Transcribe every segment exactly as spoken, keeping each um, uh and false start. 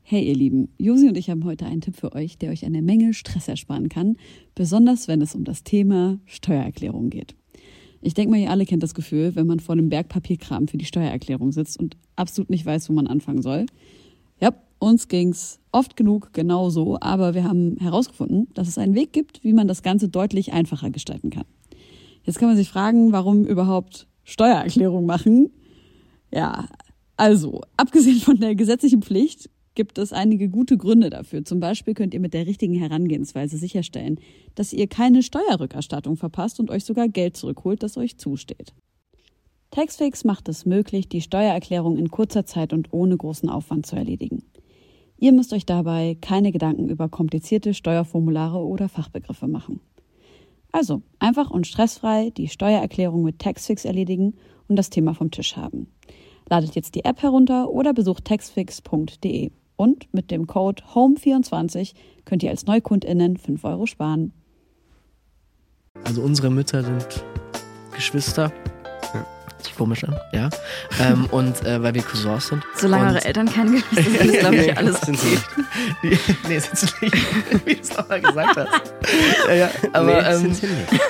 Hey ihr Lieben, Josi und ich haben heute einen Tipp für euch, der euch eine Menge Stress ersparen kann, besonders wenn es um das Thema Steuererklärung geht. Ich denke mal, ihr alle kennt das Gefühl, wenn man vor dem Berg Papierkram für die Steuererklärung sitzt und absolut nicht weiß, wo man anfangen soll. Ja, uns ging's oft genug genauso, aber wir haben herausgefunden, dass es einen Weg gibt, wie man das Ganze deutlich einfacher gestalten kann. Jetzt kann man sich fragen, warum überhaupt Steuererklärung machen? Ja, also, abgesehen von der gesetzlichen Pflicht, gibt es einige gute Gründe dafür. Zum Beispiel könnt ihr mit der richtigen Herangehensweise sicherstellen, dass ihr keine Steuerrückerstattung verpasst und euch sogar Geld zurückholt, das euch zusteht. Taxfix macht es möglich, die Steuererklärung in kurzer Zeit und ohne großen Aufwand zu erledigen. Ihr müsst euch dabei keine Gedanken über komplizierte Steuerformulare oder Fachbegriffe machen. Also einfach und stressfrei die Steuererklärung mit Taxfix erledigen und das Thema vom Tisch haben. Ladet jetzt die App herunter oder besucht taxfix punkt de. Und mit dem Code Home vierundzwanzig könnt ihr als NeukundInnen fünf Euro sparen. Also unsere Mütter sind Geschwister. Ja. Hört sich komisch an, ja. ähm, und äh, weil wir Cousins sind. Solange und eure Eltern keine Geschwister sind, ist, glaube ich, alles sind sie nicht. Die, nee, sind sie nicht, wie du es nochmal gesagt hast. Ja, ja, aber nee, ähm, sind sie nicht.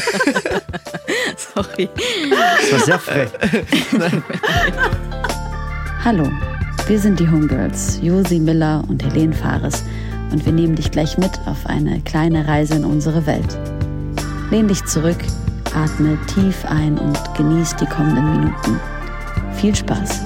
Sorry. Das war sehr frech. Hallo, wir sind die Homegirls, Josi Miller und Helene Fares und wir nehmen dich gleich mit auf eine kleine Reise in unsere Welt. Lehn dich zurück, atme tief ein und genieß die kommenden Minuten. Viel Spaß.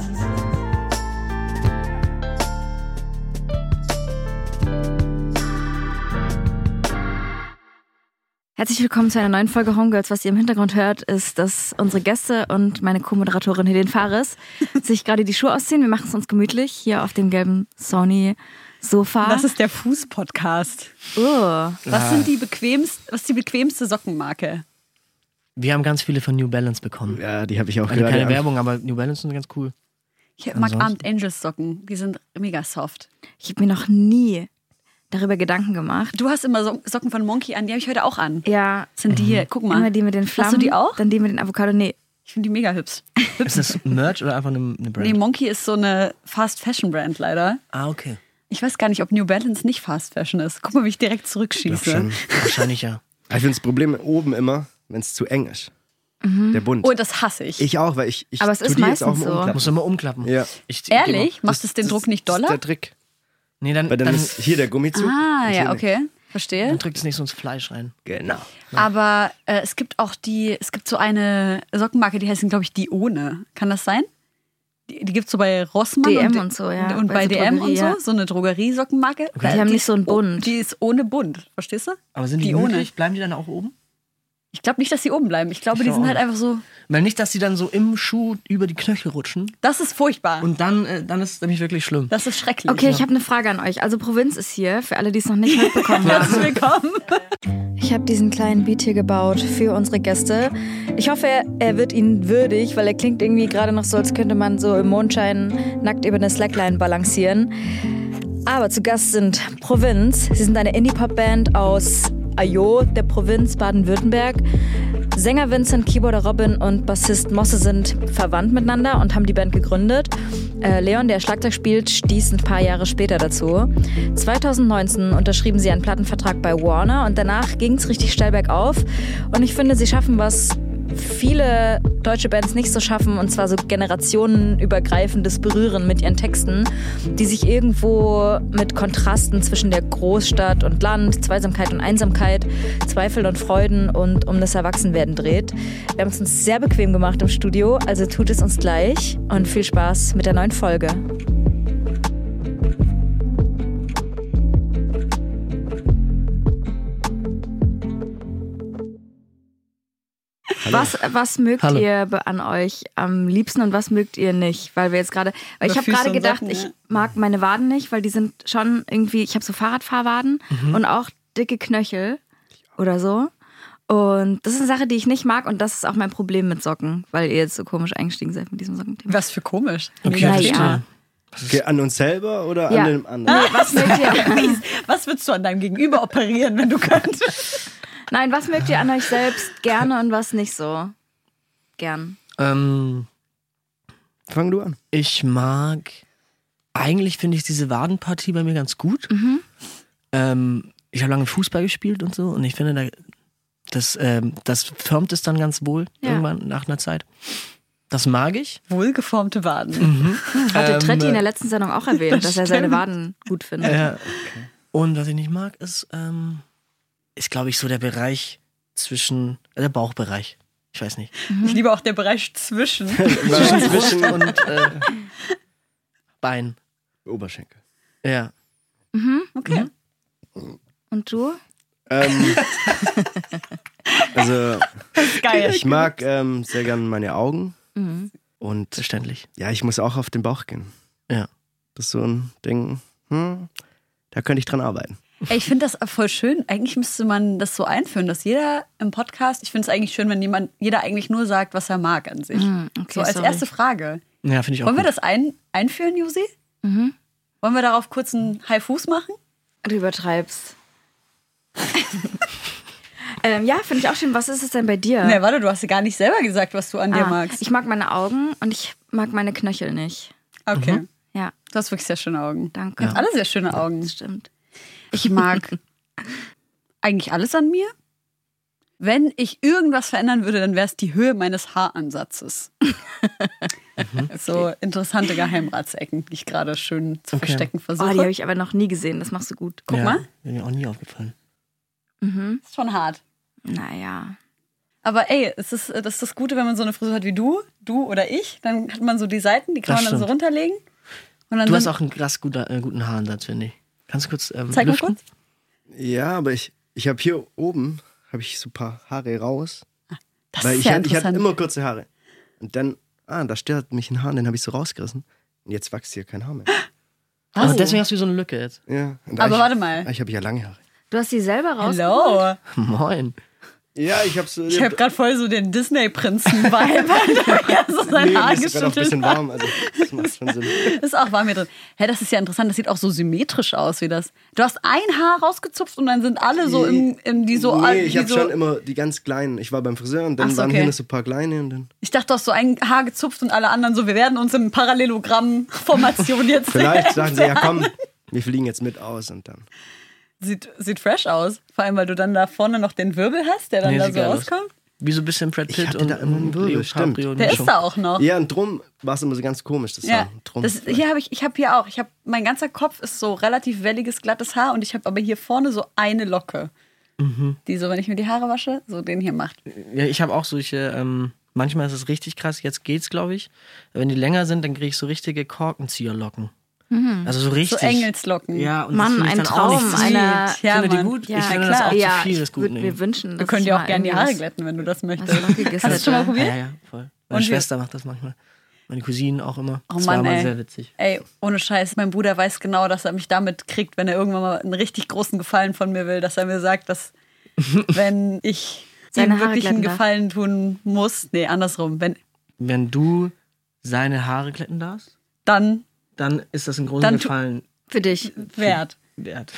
Herzlich willkommen zu einer neuen Folge Homegirls. Was ihr im Hintergrund hört, ist, dass unsere Gäste und meine Co-Moderatorin Helene Fares sich gerade die Schuhe ausziehen. Wir machen es uns gemütlich hier auf dem gelben Sony-Sofa. Das ist der Fuß-Podcast. Oh. Was Ja. sind die bequemst, was ist die bequemste Sockenmarke? Wir haben ganz viele von New Balance bekommen. Ja, die habe ich auch Also gerade. keine Werbung, aber New Balance sind ganz cool. Ich mag Ansonsten? Armed Angels Socken. Die sind mega soft. Ich habe mir noch nie darüber Gedanken gemacht. Du hast immer so- Socken von Monkey an, die habe ich heute auch an. Ja, Das sind die hier, guck mal. immer die mit den Flammen. Hast du die auch? Dann die mit den Avocado. Nee. Ich finde die mega hübsch. Ist das Merch oder einfach eine, eine Brand? Nee, Monkey ist so eine Fast Fashion Brand leider. Ah, okay. Ich weiß gar nicht, ob New Balance nicht Fast Fashion ist. Guck mal, wie ich direkt Glaub zurückschieße. schon. Wahrscheinlich ja. Ich finde das Problem oben immer, wenn es zu eng ist. Der Bund. Oh, das hasse ich. Ich auch, weil ich, ich Aber es tu ist die jetzt auch meistens im so. Umklappen. Muss immer umklappen. Ja. Ich, Ehrlich? Macht Das- es den das- Druck nicht Das doller? ist der Trick. Nee, dann, Weil dann, dann, ist hier der Gummizug. Ah, und hier ja, nicht. okay. Verstehe. dann drückt es nicht so ins Fleisch rein. Genau. Aber äh, es gibt auch die, es gibt so eine Sockenmarke, die heißt, glaube ich, Dione. Kann das sein? Die, die gibt es so bei Rossmann D M und, und so, ja. Und Bei bei so D M und Drogerie, so, ja. so eine Drogeriesockenmarke. Die haben nicht so einen ist, oh- Bund. Die ist ohne Bund, verstehst du? Aber sind die Die ohne. möglich? Bleiben die dann auch oben? Ich glaube nicht, dass die oben bleiben. Ich glaube, Ich die glaub sind auch halt nicht. einfach so, Weil nicht, dass die dann so im Schuh über die Knöchel rutschen. das ist furchtbar. Und dann, äh, dann ist es nämlich wirklich schlimm. das ist schrecklich. Okay, ich habe eine Frage an euch. Also Provinz ist hier, für alle, die es noch nicht mitbekommen Herzlich haben. willkommen. Ich habe diesen kleinen Beat hier gebaut für unsere Gäste. Ich hoffe, er, er wird ihnen würdig, weil er klingt irgendwie gerade noch so, als könnte man so im Mondschein nackt über eine Slackline balancieren. Aber zu Gast sind Provinz. Sie sind eine Indie-Pop-Band aus Ajo, der Provinz Baden-Württemberg. Sänger Vincent, Keyboarder Robin und Bassist Mosse sind verwandt miteinander und haben die Band gegründet. Äh, Leon, der Schlagzeug spielt, stieß ein paar Jahre später dazu. zwanzig neunzehn unterschrieben sie einen Plattenvertrag bei Warner und danach ging es richtig steil bergauf. Und ich finde, sie schaffen was viele deutsche Bands nicht so schaffen, und zwar so generationenübergreifendes Berühren mit ihren Texten, die sich irgendwo mit Kontrasten zwischen der Großstadt und Land, Zweisamkeit und Einsamkeit, Zweifel und Freuden und um das Erwachsenwerden dreht. Wir haben es uns sehr bequem gemacht im Studio, also tut es uns gleich und viel Spaß mit der neuen Folge. Was, was mögt Hallo. ihr be- an euch am liebsten und was mögt ihr nicht? Weil wir jetzt gerade, weil ich Über habe Füße gerade und gedacht, Socken, ich ja. mag meine Waden nicht, weil die sind schon irgendwie, ich habe so Fahrradfahrwaden und auch dicke Knöchel oder so. Und das ist eine Sache, die ich nicht mag und das ist auch mein Problem mit Socken, weil ihr jetzt so komisch eingestiegen seid mit diesem Sockenthema. Was für komisch. Okay, Na verstehe. ja. Okay, an uns selber oder Ja. an dem anderen? Nee, was mögt ihr? Was würdest du an deinem Gegenüber operieren, wenn du könntest? Nein, was mögt ihr an euch selbst gerne und was nicht so gern? Ähm, Fang du an. ich mag eigentlich finde ich diese Wadenpartie bei mir ganz gut. Mhm. Ähm, ich habe lange Fußball gespielt und so und ich finde, da, das, ähm, das firmt es dann ganz wohl Ja. irgendwann nach einer Zeit. Das mag ich. Wohlgeformte Waden. Mhm. Hatte Ähm, Tretti in der letzten Sendung auch erwähnt, dass er seine stimmt. Waden gut findet. Ja. Und was ich nicht mag, ist, ähm, ist glaube ich, so der Bereich zwischen, äh, der Bauchbereich. Ich weiß nicht. Ich liebe auch der Bereich zwischen. Zwischen Brust und äh, Bein. Oberschenkel. Ja. Okay. Und du? Ähm, also, Geil. ich mag ähm, sehr gern meine Augen. Und Verständlich. ja, ich muss auch auf den Bauch gehen. Ja. Das ist so ein Ding, hm, da könnte ich dran arbeiten. Ey, ich finde das voll schön. Eigentlich müsste man das so einführen, dass jeder im Podcast, ich finde es eigentlich schön, wenn jemand, jeder eigentlich nur sagt, was er mag an sich. Hm, okay, so als sorry. erste Frage. Ja, finde ich auch Wollen wir gut. das ein, einführen, Josi? Mhm. Wollen wir darauf kurz einen High-Fuß machen? Du übertreibst. ähm, ja, finde ich auch schön. Was ist es denn bei dir? Nee, warte, du hast ja gar nicht selber gesagt, was du an dir Ah, magst. ich mag meine Augen und ich mag meine Knöchel nicht. Okay. Ja, Du hast wirklich sehr schöne Augen. danke. Du hast alle sehr schöne Augen. Das stimmt. Ich mag eigentlich alles an mir. Wenn ich irgendwas verändern würde, dann wäre es die Höhe meines Haaransatzes. So interessante Geheimratsecken, die ich gerade schön zu Okay. verstecken Oh, versuche. die habe ich aber noch nie gesehen. Das machst du gut. Guck ja, mal. Ist mir auch nie aufgefallen. Mhm. Ist schon hart. Naja. Aber ey, es ist, das ist das Gute, wenn man so eine Frisur hat wie du, du oder ich, dann hat man so die Seiten, die kann Das man dann so stimmt. runterlegen. Und dann Du sind, hast auch einen krass guter, äh, guten Haaransatz, finde ich. Kannst du kurz ähm, zeig mal lüften? kurz. Ja, aber ich, ich habe hier oben, habe ich so ein paar Haare raus. Das Weil ist ich, ja hatte, ich hatte interessant. immer kurze Haare. Und dann, ah, da stört mich ein Haar, den habe ich so rausgerissen. Und jetzt wächst hier kein Haar mehr. Also deswegen hast du so eine Lücke jetzt. Ja, und Aber ich, warte mal. Ich habe ja lange Haare. Du hast die selber raus. Hello. Moin. Ja, ich habe so. Ich habe gerade voll so den Disney-Prinzen-Vibe, weil er so sein nee, Haar mir ist gerade auch ein geschüttelt bisschen hat. warm, also das macht schon Sinn. Ist auch warm hier drin. Hä, das ist ja interessant. Das sieht auch so symmetrisch aus wie das. Du hast ein Haar rausgezupft und dann sind alle so im, im die so. Nee, die ich habe so, schon immer die ganz kleinen. Ich war beim Friseur und dann Ach so, waren okay. hier noch so ein paar kleine und dann. Ich dachte, du hast so ein Haar gezupft und alle anderen so. Wir werden uns im Parallelogramm-Formation jetzt. Vielleicht sagen sie, ja komm, wir fliegen jetzt mit aus und dann. Sieht, sieht fresh aus. Vor allem, weil du dann da vorne noch den Wirbel hast, der dann Nee, da sieht so geil aus. rauskommt. Wie so ein bisschen Brad Ich Pitt hatte und da immer einen Wirbel, Leo stimmt. DiCaprio. Der ist da auch noch. Ja, und drum war es immer so ganz komisch, das Ja, Haar. Drum. das, hier habe ich, ich habe hier auch, ich habe, mein ganzer Kopf ist so relativ welliges, glattes Haar und ich habe aber hier vorne so eine Locke, Mhm. die so, wenn ich mir die Haare wasche, so den hier macht. Ja, ich habe auch solche, ähm, manchmal ist es richtig krass, jetzt geht's, glaube ich. Wenn die länger sind, dann kriege ich so richtige Korkenzieherlocken. Also so So richtig. Engelslocken. Ja, und Mann, das finde ich ein dann auch Traum nicht einer- sweet. Ja, Findet ihr Mann. gut? Ja, ich finde klar. das auch ja, zu viel ich des würde Guten. mir wünschen, Wir dass können ich dir auch mal gerne die irgendwie Haare was- glätten, wenn du das was möchtest. Lockiges Hast du das schon mal hätte. probiert? Ja, ja, voll. Meine Und wie- Schwester macht das manchmal. Meine Cousinen auch immer. Oh das Mann, war mal ey. sehr witzig. Ey, ohne Scheiß, mein Bruder weiß genau, dass er mich damit kriegt, wenn er irgendwann mal einen richtig großen Gefallen von mir will, dass er mir sagt, dass wenn ich Seine ihm Haare wirklich einen glätten darf. Gefallen tun muss, nee, andersrum, wenn Wenn du seine Haare glätten darfst, dann dann ist das ein großer Dann tu- Gefallen Für dich. wert. wert.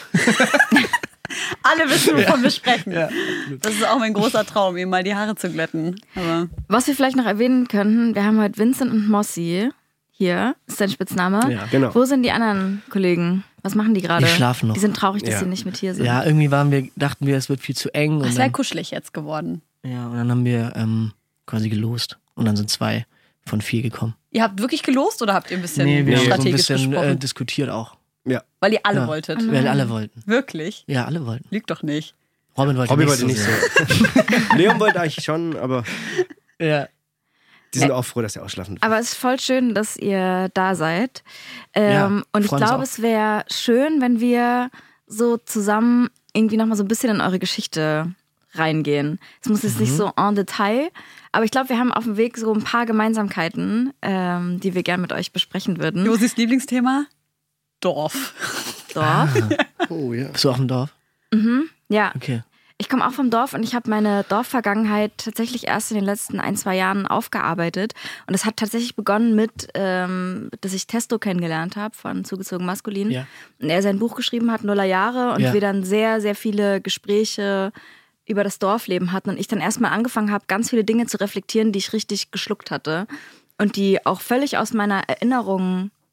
Alle wissen, wovon wir sprechen. Das ist auch mein großer Traum, ihm mal die Haare zu glätten. Aber Was wir vielleicht noch erwähnen könnten, wir haben heute Vincent und Mossi hier, ist dein Spitzname. Ja. Genau. Wo sind die anderen Kollegen? Was machen die gerade? Die schlafen noch. Die sind traurig, dass Ja. sie nicht mit hier sind. Ja, irgendwie waren wir, dachten wir, es wird viel zu eng. Und das wäre dann, kuschelig jetzt geworden. ja, und dann haben wir ähm, quasi gelost. Und dann sind zwei von vier gekommen. Ihr habt wirklich gelost oder habt ihr ein bisschen Nee, wir haben so ein strategisch bisschen gesprochen? äh, diskutiert auch. Ja. Weil ihr alle Ja. wolltet. Weil alle wollten. Wirklich? Ja, alle wollten. Lügt doch nicht. Robin wollte Robby nicht wollte so nicht sehr. so. Leon wollte eigentlich schon, aber Ja. die sind auch froh, dass er ausschlafen darf. Aber es ist voll schön, dass ihr da seid. Ähm, Ja, und ich freuen uns glaube, auch. es wäre schön, wenn wir so zusammen irgendwie nochmal so ein bisschen in eure Geschichte reingehen. Es muss jetzt Mhm. nicht so en Detail, aber ich glaube, wir haben auf dem Weg so ein paar Gemeinsamkeiten, ähm, die wir gerne mit euch besprechen würden. Josis Lieblingsthema? Dorf. Dorf. Oh ja. Bist du auf dem Dorf? Ja, Okay. ich komme auch vom Dorf und ich habe meine Dorfvergangenheit tatsächlich erst in den letzten ein, zwei Jahren aufgearbeitet. Und es hat tatsächlich begonnen mit, ähm, dass ich Testo kennengelernt habe von Zugezogen Maskulin. Ja. Und er sein Buch geschrieben hat, Nuller Jahre. Und Ja. wir dann sehr, sehr viele Gespräche über das Dorfleben hatten. Und ich dann erstmal angefangen habe, ganz viele Dinge zu reflektieren, die ich richtig geschluckt hatte. Und die auch völlig aus meiner Erinnerung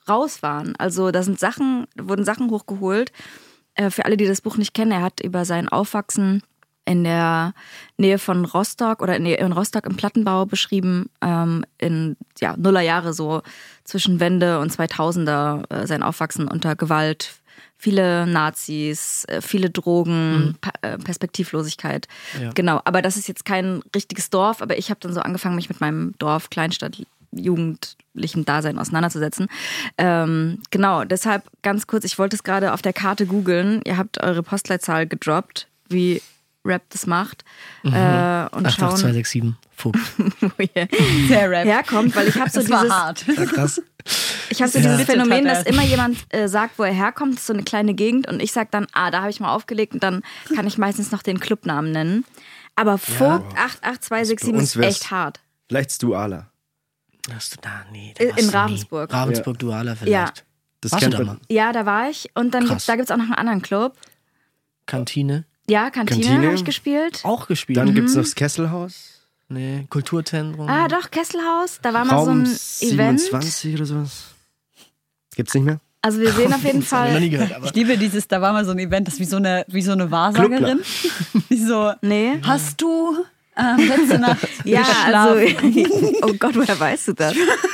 raus waren. Also da sind Sachen, wurden Sachen hochgeholt. Äh, für alle, die das Buch nicht kennen, er hat über sein Aufwachsen in der Nähe von Rostock oder nee, in Rostock im Plattenbau beschrieben, ähm, in ja, Nullerjahre so zwischen Wende und zweitausender äh, sein Aufwachsen unter Gewalt, viele Nazis, äh, viele Drogen, Mhm. pa- äh, Perspektivlosigkeit. Ja. Genau, aber das ist jetzt kein richtiges Dorf, aber ich habe dann so angefangen, mich mit meinem Dorf, Kleinstadt, jugendlichem Dasein auseinanderzusetzen. Ähm, genau, deshalb ganz kurz, ich wollte es gerade auf der Karte googeln. Ihr habt eure Postleitzahl gedroppt, wie Rap das macht. Mhm. Äh, und acht acht zwei schauen, sechs sieben Vogt. wo ihr Sehr Rap. herkommt, weil ich habe so Das war dieses, hart. Ja, krass. ich habe so Ja. dieses Bitte, Phänomen, Tata. dass immer jemand äh, sagt, wo er herkommt, das ist so eine kleine Gegend und ich sage dann, ah, da habe ich mal aufgelegt und dann kann ich meistens noch den Clubnamen nennen. Aber Vogt acht acht zwei sechs sieben Bei ist uns wär's- echt hart. Vielleicht ist Duala. Hast du da? Nee, In- da warst in du nie. Ravensburg. Ravensburg, Duala vielleicht. Ja. Das Warst du kennt da man. mal? Ja, da war ich und dann Krass. gibt's, da gibt es auch noch einen anderen Club. Kantine. Ja, Kantine, Kantine? habe ich gespielt. Auch gespielt. Dann gibt's noch das Kesselhaus. Nee, Kulturzentrum. Ah, doch, Kesselhaus. Da war mal so Raum ein Event. siebenundzwanzig oder sowas. Gibt's nicht mehr? Also wir sehen auf jeden Das hab ich noch nie Fall. gehört, aber Ich liebe dieses, da war mal so ein Event, das ist wie so eine, wie so eine Wahrsagerin. Die so, Nee. hast du ähm, letzte Nacht Ja, also. geschlafen? Oh Gott, woher weißt du das?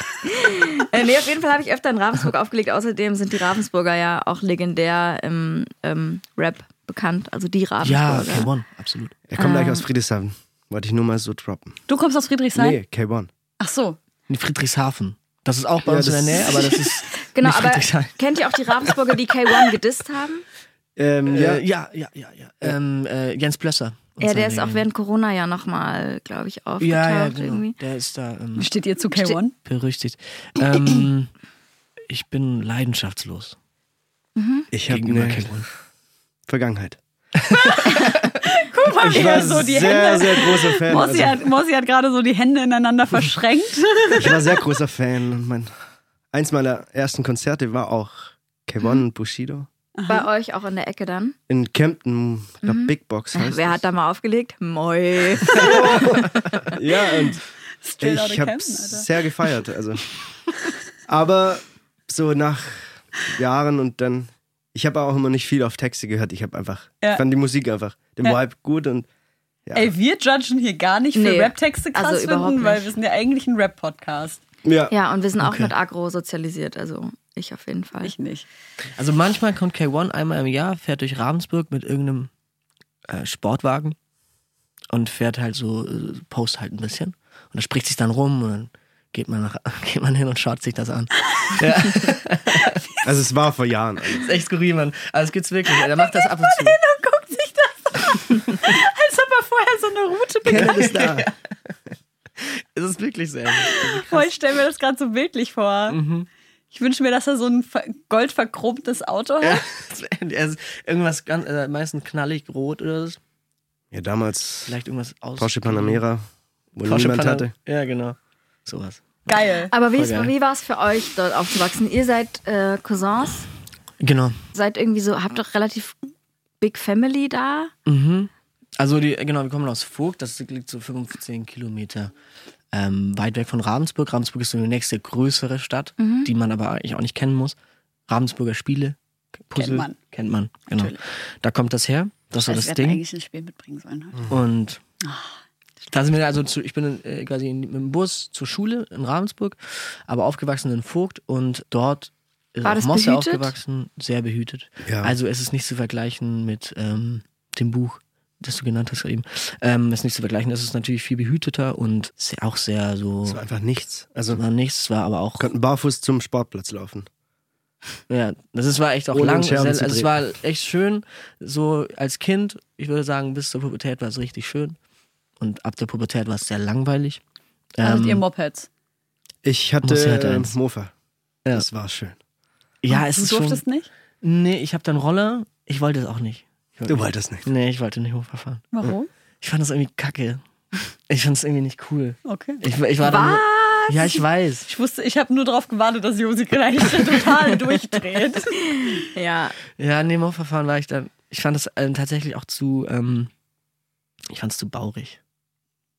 äh, nee, auf jeden Fall habe ich öfter in Ravensburg aufgelegt. Außerdem sind die Ravensburger ja auch legendär im ähm, Rap bekannt. Also die ja, Ravensburger. K eins, absolut. Er kommt Ah. gleich aus Friedrichshafen. Wollte ich nur mal so droppen. Du kommst aus Friedrichshain? Nee, K eins. Ach so. In Friedrichshafen. Das ist auch bei Ja, uns in der das- Nähe, aber das ist Genau, nicht aber Friedrichshain. kennt ihr auch die Ravensburger, die K eins gedisst haben? Ähm, ja. Äh, ja, ja, ja, ja. Ähm, äh, Jens Blösser. und Ja, der seine- ist auch während Corona ja nochmal, glaube ich, aufgetaucht Ja, ja, genau. irgendwie. Der ist da ähm, Wie steht ihr zu K eins? berüchtigt. Ähm, ich bin leidenschaftslos Ich habe gegenüber eine K eins. Vergangenheit. Guck mal, Ich wie war er so die sehr, Hände. sehr großer Fan. Mossi Also, hat, Mossi hat gerade so die Hände ineinander verschränkt. ich war sehr großer Fan. Und mein, eins meiner ersten Konzerte war auch K eins und Bushido. Bei euch auch in der Ecke dann. In Kempten, ich glaube Big Box heißt Wer das. hat da mal aufgelegt? Moi. Ja, und Straight outta ich habe Kempten, Alter. sehr gefeiert. Also. Aber so nach Jahren und dann, ich habe auch immer nicht viel auf Texte gehört. Ich habe einfach, Ja. ich fand die Musik einfach, den Ja. Vibe gut und ja. Ey, wir judgen hier gar nicht für Nee, Rap-Texte krass also überhaupt finden, weil nicht. wir sind ja eigentlich ein Rap-Podcast. ja. Ja, und wir sind auch Okay. mit Agro sozialisiert, also ich auf jeden Fall. Ich nicht. Also manchmal kommt K eins einmal im Jahr, fährt durch Ravensburg mit irgendeinem äh, Sportwagen und fährt halt so, äh, post halt ein bisschen. Und da spricht sich dann rum und dann geht man, nach, geht man hin und schaut sich das an. Ja, Also es war vor Jahren. das ist echt skurril, Mann. Aber es gibt's wirklich. Der macht das ab und zu. Guckt sich das an. Als ob er vorher so eine Route Keiner ist da. Es ist wirklich sehr. Boah, ich stelle mir das gerade so bildlich vor. Mhm. Ich wünsche mir, dass er so ein ver- goldverchromtes Auto hat. Ja, er ist irgendwas ganz, äh, meistens knallig rot oder so. Ja, damals Vielleicht irgendwas aus. Porsche Panamera, wo Porsche niemand Panam- hatte. Ja, genau. Sowas. Geil. Aber wie, Voll ist- geil. wie war es für euch, dort aufzuwachsen? Ihr seid äh, Cousins, Genau. seid irgendwie so, habt doch relativ Big Family da. Mhm. Also die, genau, wir kommen aus Vogt, das liegt so fünfzehn Kilometer ähm, weit weg von Ravensburg. Ravensburg ist so die nächste größere Stadt, die man aber eigentlich auch nicht kennen muss. Ravensburger Spiele, Puzzle, Kennt man. Kennt man, genau. Natürlich. Da kommt das her, das war Also, das wir hätten Ding. eigentlich ein Spiel mitbringen sollen. Ne? Und da sind wir also, zu, ich bin äh, quasi in, mit dem Bus zur Schule in Ravensburg, aber aufgewachsen in Vogt und dort ist War auch das Mosse behütet? aufgewachsen, sehr behütet. Ja. Also es ist nicht zu vergleichen mit ähm, dem Buch, das du genannt hast eben. Ähm, es ist nicht zu vergleichen, es ist natürlich viel behüteter und sehr, auch sehr so, Es war einfach nichts. Also war nichts, war aber auch, konnten barfuß zum Sportplatz laufen. ja, das ist, war echt auch Ohne lang, in Scherben sehr, zu also es drehen. war echt schön, so als Kind, ich würde sagen, bis zur Pubertät war es richtig schön und ab der Pubertät war es sehr langweilig. Hattet Ähm, ihr Mopeds? Ich hatte Musste hatte äh, eins. Mofa. Ja. Das war schön. Ja, es Du ist schon. durftest nicht? Nee, ich habe dann Roller. Ich wollte es auch nicht. Ich wollte Du wolltest nicht. Nee, ich wollte nicht Mofa fahren. Warum? Ich fand das irgendwie kacke. Ich fand es irgendwie nicht cool. Okay. Ich, ich war dann. Ja, ich weiß. Ich wusste, ich habe nur darauf gewartet, dass Josi gleich total durchdreht. Ja. Ja, nee, Mofa fahren war ich dann. Ich fand es ähm, tatsächlich auch zu. Ähm, ich fand es zu baurig.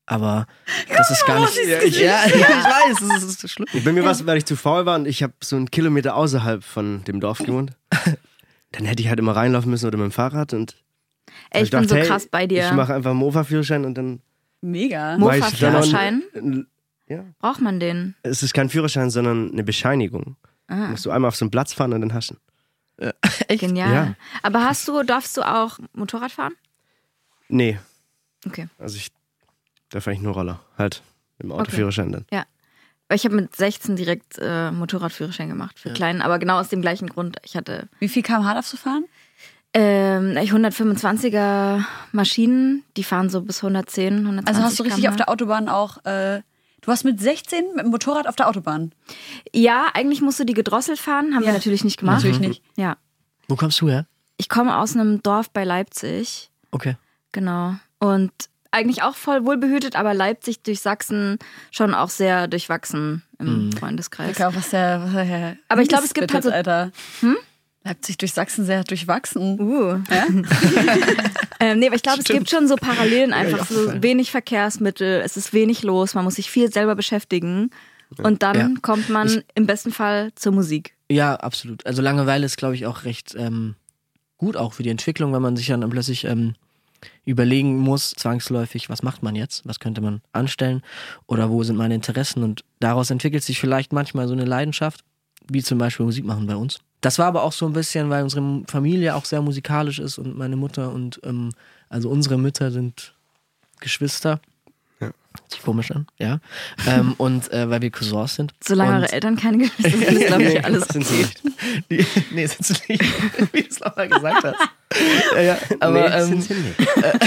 Aber das ist gar nicht. Ja, ich, Ja, ja, ich weiß, das ist, das ist schlimm. bei mir war es, weil ich zu faul war und ich habe so einen Kilometer außerhalb von dem Dorf gewohnt. Dann hätte ich halt immer reinlaufen müssen oder mit dem Fahrrad und Ey, ich dachte, bin so hey, krass bei dir. Ich mache einfach einen Mofa-Führerschein und dann Mega. Mo- mach ich dann noch Mofa-Führerschein? einen- Ja. Braucht man den? Es ist kein Führerschein, sondern eine Bescheinigung. Ah. Musst du einmal auf so einen Platz fahren und dann hast du ihn. Genial. Ja. Aber hast du, darfst du auch Motorrad fahren? Nee, Okay. also ich darf eigentlich nur Roller. Halt mit dem Autoführerschein dann. Weil ich habe mit sechzehn direkt äh, Motorradführerschein gemacht für Kleinen, aber genau aus dem gleichen Grund. Ich hatte Wie viel Kilometer pro Stunde darfst du fahren? ähm, hundertfünfundzwanziger Maschinen, die fahren so bis hundertzehn, hundertzwanzig Also hast du richtig auf Kilometer der Autobahn auch. Äh, du warst mit sechzehn mit dem Motorrad auf der Autobahn. Ja, eigentlich musst du die gedrosselt fahren, haben Ja. wir natürlich nicht gemacht. Natürlich nicht. Ja. Wo kommst du her? Ich komme aus einem Dorf bei Leipzig, Okay. genau. Und eigentlich auch voll wohlbehütet, aber Leipzig durch Sachsen schon auch sehr durchwachsen im Freundeskreis. Ich glaube, was der. Was der Aber ich glaube, es gibt halt so- Alter. Hm? Leipzig durch Sachsen sehr durchwachsen. Uh. Ja? ähm, nee, aber ich glaube, es gibt schon so Parallelen einfach. So wenig Verkehrsmittel, es ist wenig los, man muss sich viel selber beschäftigen. Und dann Ja. kommt man Ich- im besten Fall zur Musik. Ja, absolut. Also Langeweile ist, glaube ich, auch recht ähm, gut, auch für die Entwicklung, wenn man sich dann plötzlich ähm, überlegen muss, zwangsläufig, was macht man jetzt? Was könnte man anstellen? Oder wo sind meine Interessen? Und daraus entwickelt sich vielleicht manchmal so eine Leidenschaft, wie zum Beispiel Musik machen bei uns. Das war aber auch so ein bisschen, weil unsere Familie auch sehr musikalisch ist und meine Mutter und ähm, also unsere Mütter sind Geschwister. Ja. Hört sich komisch an, ja. ähm, und äh, weil wir Cousins sind. Solange und eure Eltern keine Geschwister sind, ist, glaube ich, alles sind sie okay. nicht. Die, nee, sind sie nicht, wie du es auch mal gesagt hast. Ja, ja, aber nee, ähm, sind sie nicht.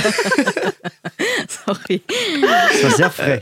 Sorry. Das war sehr frech.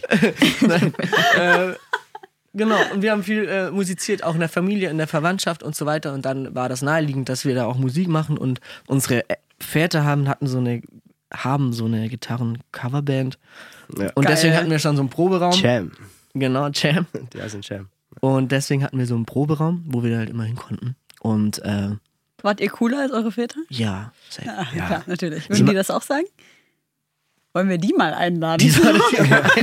äh, genau, und wir haben viel äh, musiziert, auch in der Familie, in der Verwandtschaft und so weiter. Und dann war das naheliegend, dass wir da auch Musik machen. Und unsere Väter haben, hatten so eine, haben so eine Gitarren-Coverband. Ja. Und Geil. deswegen hatten wir schon so einen Proberaum. Jam. Genau, Jam. Die sind Jam. Und deswegen hatten wir so einen Proberaum, wo wir halt immer hin konnten. Und äh, Wart ihr cooler als eure Väter? ja, safe. Ja, Ja. klar, natürlich. Würden die das auch sagen? Wollen wir die mal einladen? Die sollte ich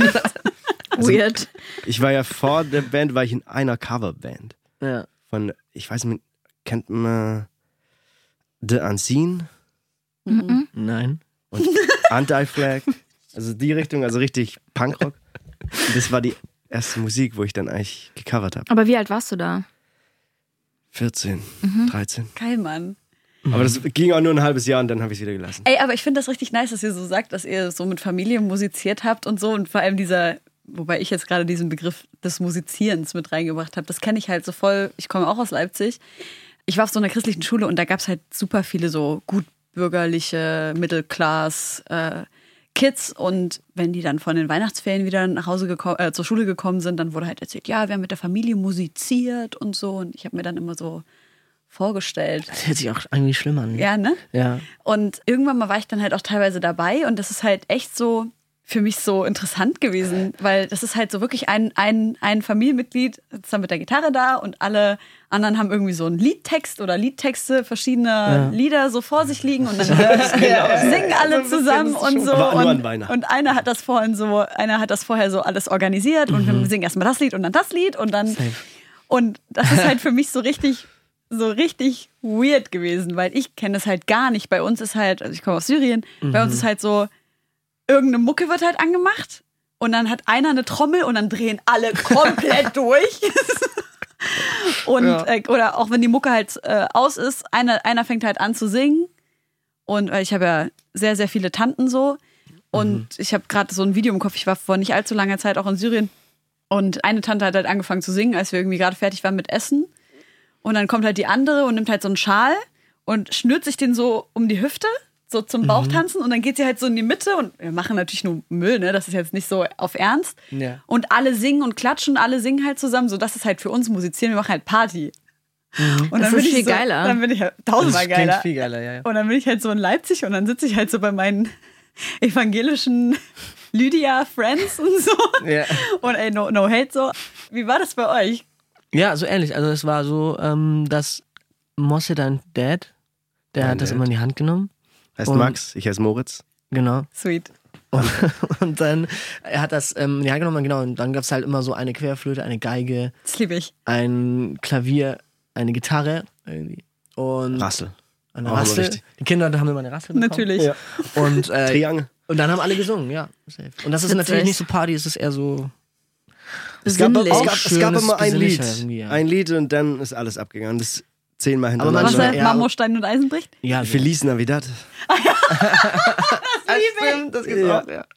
Weird. Ich war ja vor der Band, war ich in einer Coverband. ja. Von, ich weiß nicht, kennt man The Unseen Mhm. Nein. und Anti-Flag? Also die Richtung, also richtig Punkrock. Und das war die erste Musik, wo ich dann eigentlich gecovert habe. Aber wie alt warst du da? vierzehn, dreizehn. Geil, Mann. Aber das ging auch nur ein halbes Jahr und dann habe ich es wieder gelassen. Ey, aber ich finde das richtig nice, dass ihr so sagt, dass ihr so mit Familie musiziert habt und so. Und vor allem dieser, wobei ich jetzt gerade diesen Begriff des Musizierens mit reingebracht habe, das kenne ich halt so voll. Ich komme auch aus Leipzig. Ich war auf so einer christlichen Schule und da gab es halt super viele so gutbürgerliche, Mittelklass äh, Kids. Und wenn die dann von den Weihnachtsferien wieder nach Hause geko- äh, zur Schule gekommen sind, dann wurde halt erzählt, ja, wir haben mit der Familie musiziert und so. Und ich habe mir dann immer so vorgestellt. Das hört sich auch irgendwie schlimm an. Ja, ne? Ja. Und irgendwann mal war ich dann halt auch teilweise dabei und das ist halt echt so für mich so interessant gewesen, weil das ist halt so wirklich ein, ein, ein Familienmitglied ist dann mit der Gitarre da und alle anderen haben irgendwie so einen Liedtext oder Liedtexte, verschiedene Ja. Lieder so vor sich liegen und dann singen alle zusammen und so. Aber nur an Und, Weihnachten. und einer hat das vorhin so, einer hat das vorher so alles organisiert und wir singen erstmal das Lied und dann das Lied und dann Safe. und das ist halt für mich so richtig, so richtig weird gewesen, weil ich kenne das halt gar nicht. Bei uns ist halt, also ich komme aus Syrien, bei uns ist halt so, irgendeine Mucke wird halt angemacht und dann hat einer eine Trommel und dann drehen alle komplett durch. Und, Ja. äh, oder auch wenn die Mucke halt äh, aus ist, einer, einer fängt halt an zu singen. Und weil ich habe ja sehr, sehr viele Tanten so. Und ich habe gerade so ein Video im Kopf, ich war vor nicht allzu langer Zeit auch in Syrien. Und eine Tante hat halt angefangen zu singen, als wir irgendwie gerade fertig waren mit Essen. Und dann kommt halt die andere und nimmt halt so einen Schal und schnürt sich den so um die Hüfte, so zum Bauchtanzen. Und dann geht sie halt so in die Mitte und wir machen natürlich nur Müll, ne? Das ist jetzt nicht so auf Ernst. Ja. Und alle singen und klatschen, alle singen halt zusammen. So, das ist halt für uns Musizieren, wir machen halt Party. Und Das dann ist bin ich viel so, geiler. Dann bin ich halt Das tausendmal klingt geiler. viel geiler, ja, ja. Und dann bin ich halt so in Leipzig und dann sitze ich halt so bei meinen evangelischen Lydia-Friends und so. Ja. Und ey, no, no hate so. Wie war das bei euch? Ja, so ähnlich. Also es war so, ähm, dass Mosse, dein Dad, der Mein hat das Dad. immer in die Hand genommen. Heißt Und- Max, ich heiße Moritz. Genau. Sweet. Und, und dann, er hat das, ähm, ja genommen, genau, und dann gab es halt immer so eine Querflöte, eine Geige, Das liebe ich. ein Klavier, eine Gitarre irgendwie. Und Rassel. eine Auch immer Rassel. wichtig. Die Kinder haben immer eine Rassel bekommen. Natürlich. Ja. Und, äh, Triangel. und dann haben alle gesungen, ja. Safe. Und das ist Witzig. natürlich nicht so Party, es ist eher so. Es gab, es, Besinnlich. gab, es gab Schönes, immer ein Lied. besinnlicher irgendwie, ja. Ein Lied und dann ist alles abgegangen. Das zehnmal Aber hintereinander. Was manchmal- er ja. Marmorstein und Eisen bricht? Ja, Feliz Navidad. das stimmt, das gibt's Ja. auch, ja.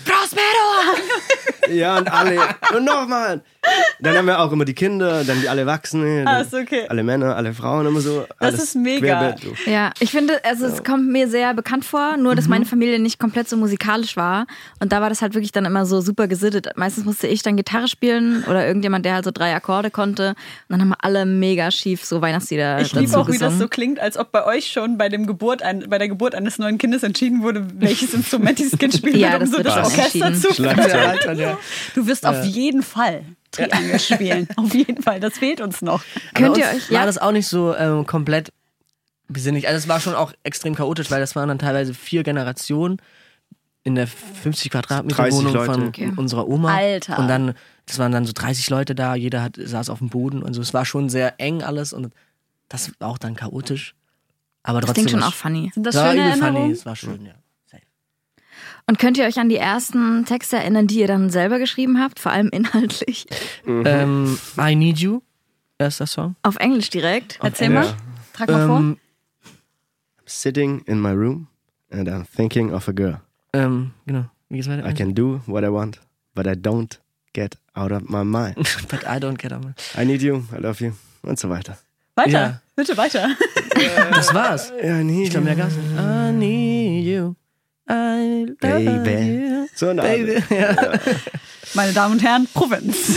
Prospero! Ja, und alle. Und nochmal. Dann haben wir auch immer die Kinder, dann die alle Erwachsenen. Ah, dann ist okay. Alle Männer, alle Frauen, immer so. Das alles ist mega. querbeet durch. Ja, ich finde, also es kommt mir sehr bekannt vor, nur dass meine Familie nicht komplett so musikalisch war. Und da war das halt wirklich dann immer so super gesittet. Meistens musste ich dann Gitarre spielen oder irgendjemand, der halt so drei Akkorde konnte. Und dann haben wir alle mega schief so Weihnachtslieder Ich dazu liebe auch, wie das gesungen. so klingt, als ob bei euch schon bei, dem Geburt ein, bei der Geburt eines neuen Kindes entschieden wurde, welches Instrument dieses Kind spielen Ja, wird, um das so wird das schon Orchester entschieden. zu Schlagzeug. Ja, ja. Du wirst auf jeden Fall Triangel spielen. Auf jeden Fall. Das fehlt uns noch. Könnt Bei ihr uns euch, war ja, das auch nicht so ähm, komplett besinnlich. Also es war schon auch extrem chaotisch, weil das waren dann teilweise vier Generationen in der fünfzig Quadratmeter dreißig Wohnung Leute. von Okay. unserer Oma. Alter. Und dann, das waren dann so dreißig Leute da, jeder hat, saß auf dem Boden und so. Es war schon sehr eng alles und das war auch dann chaotisch. Aber das trotzdem klingt schon war auch funny. Sind das es war schöne übel funny, Erinnerungen? es war schön, ja. Safe. Und könnt ihr euch an die ersten Texte erinnern, die ihr dann selber geschrieben habt? Vor allem inhaltlich. Ähm, I Need You, erster Song. Auf Englisch direkt. Erzähl Ja. mal. Trag mal vor. Ähm, Sitting in my room and I'm thinking of a girl. ähm, genau. Wie geht's weiter? I can do what I want, but I don't get out of my mind. But I don't get on. I need you, I love you und so weiter. Weiter. Ja. Bitte weiter. Das war's. Ja, I need Ich glaube, mehr gab's nicht. I need you. I love Baby. you. So eine Baby. Art. Ja. Meine Damen und Herren, Provinz.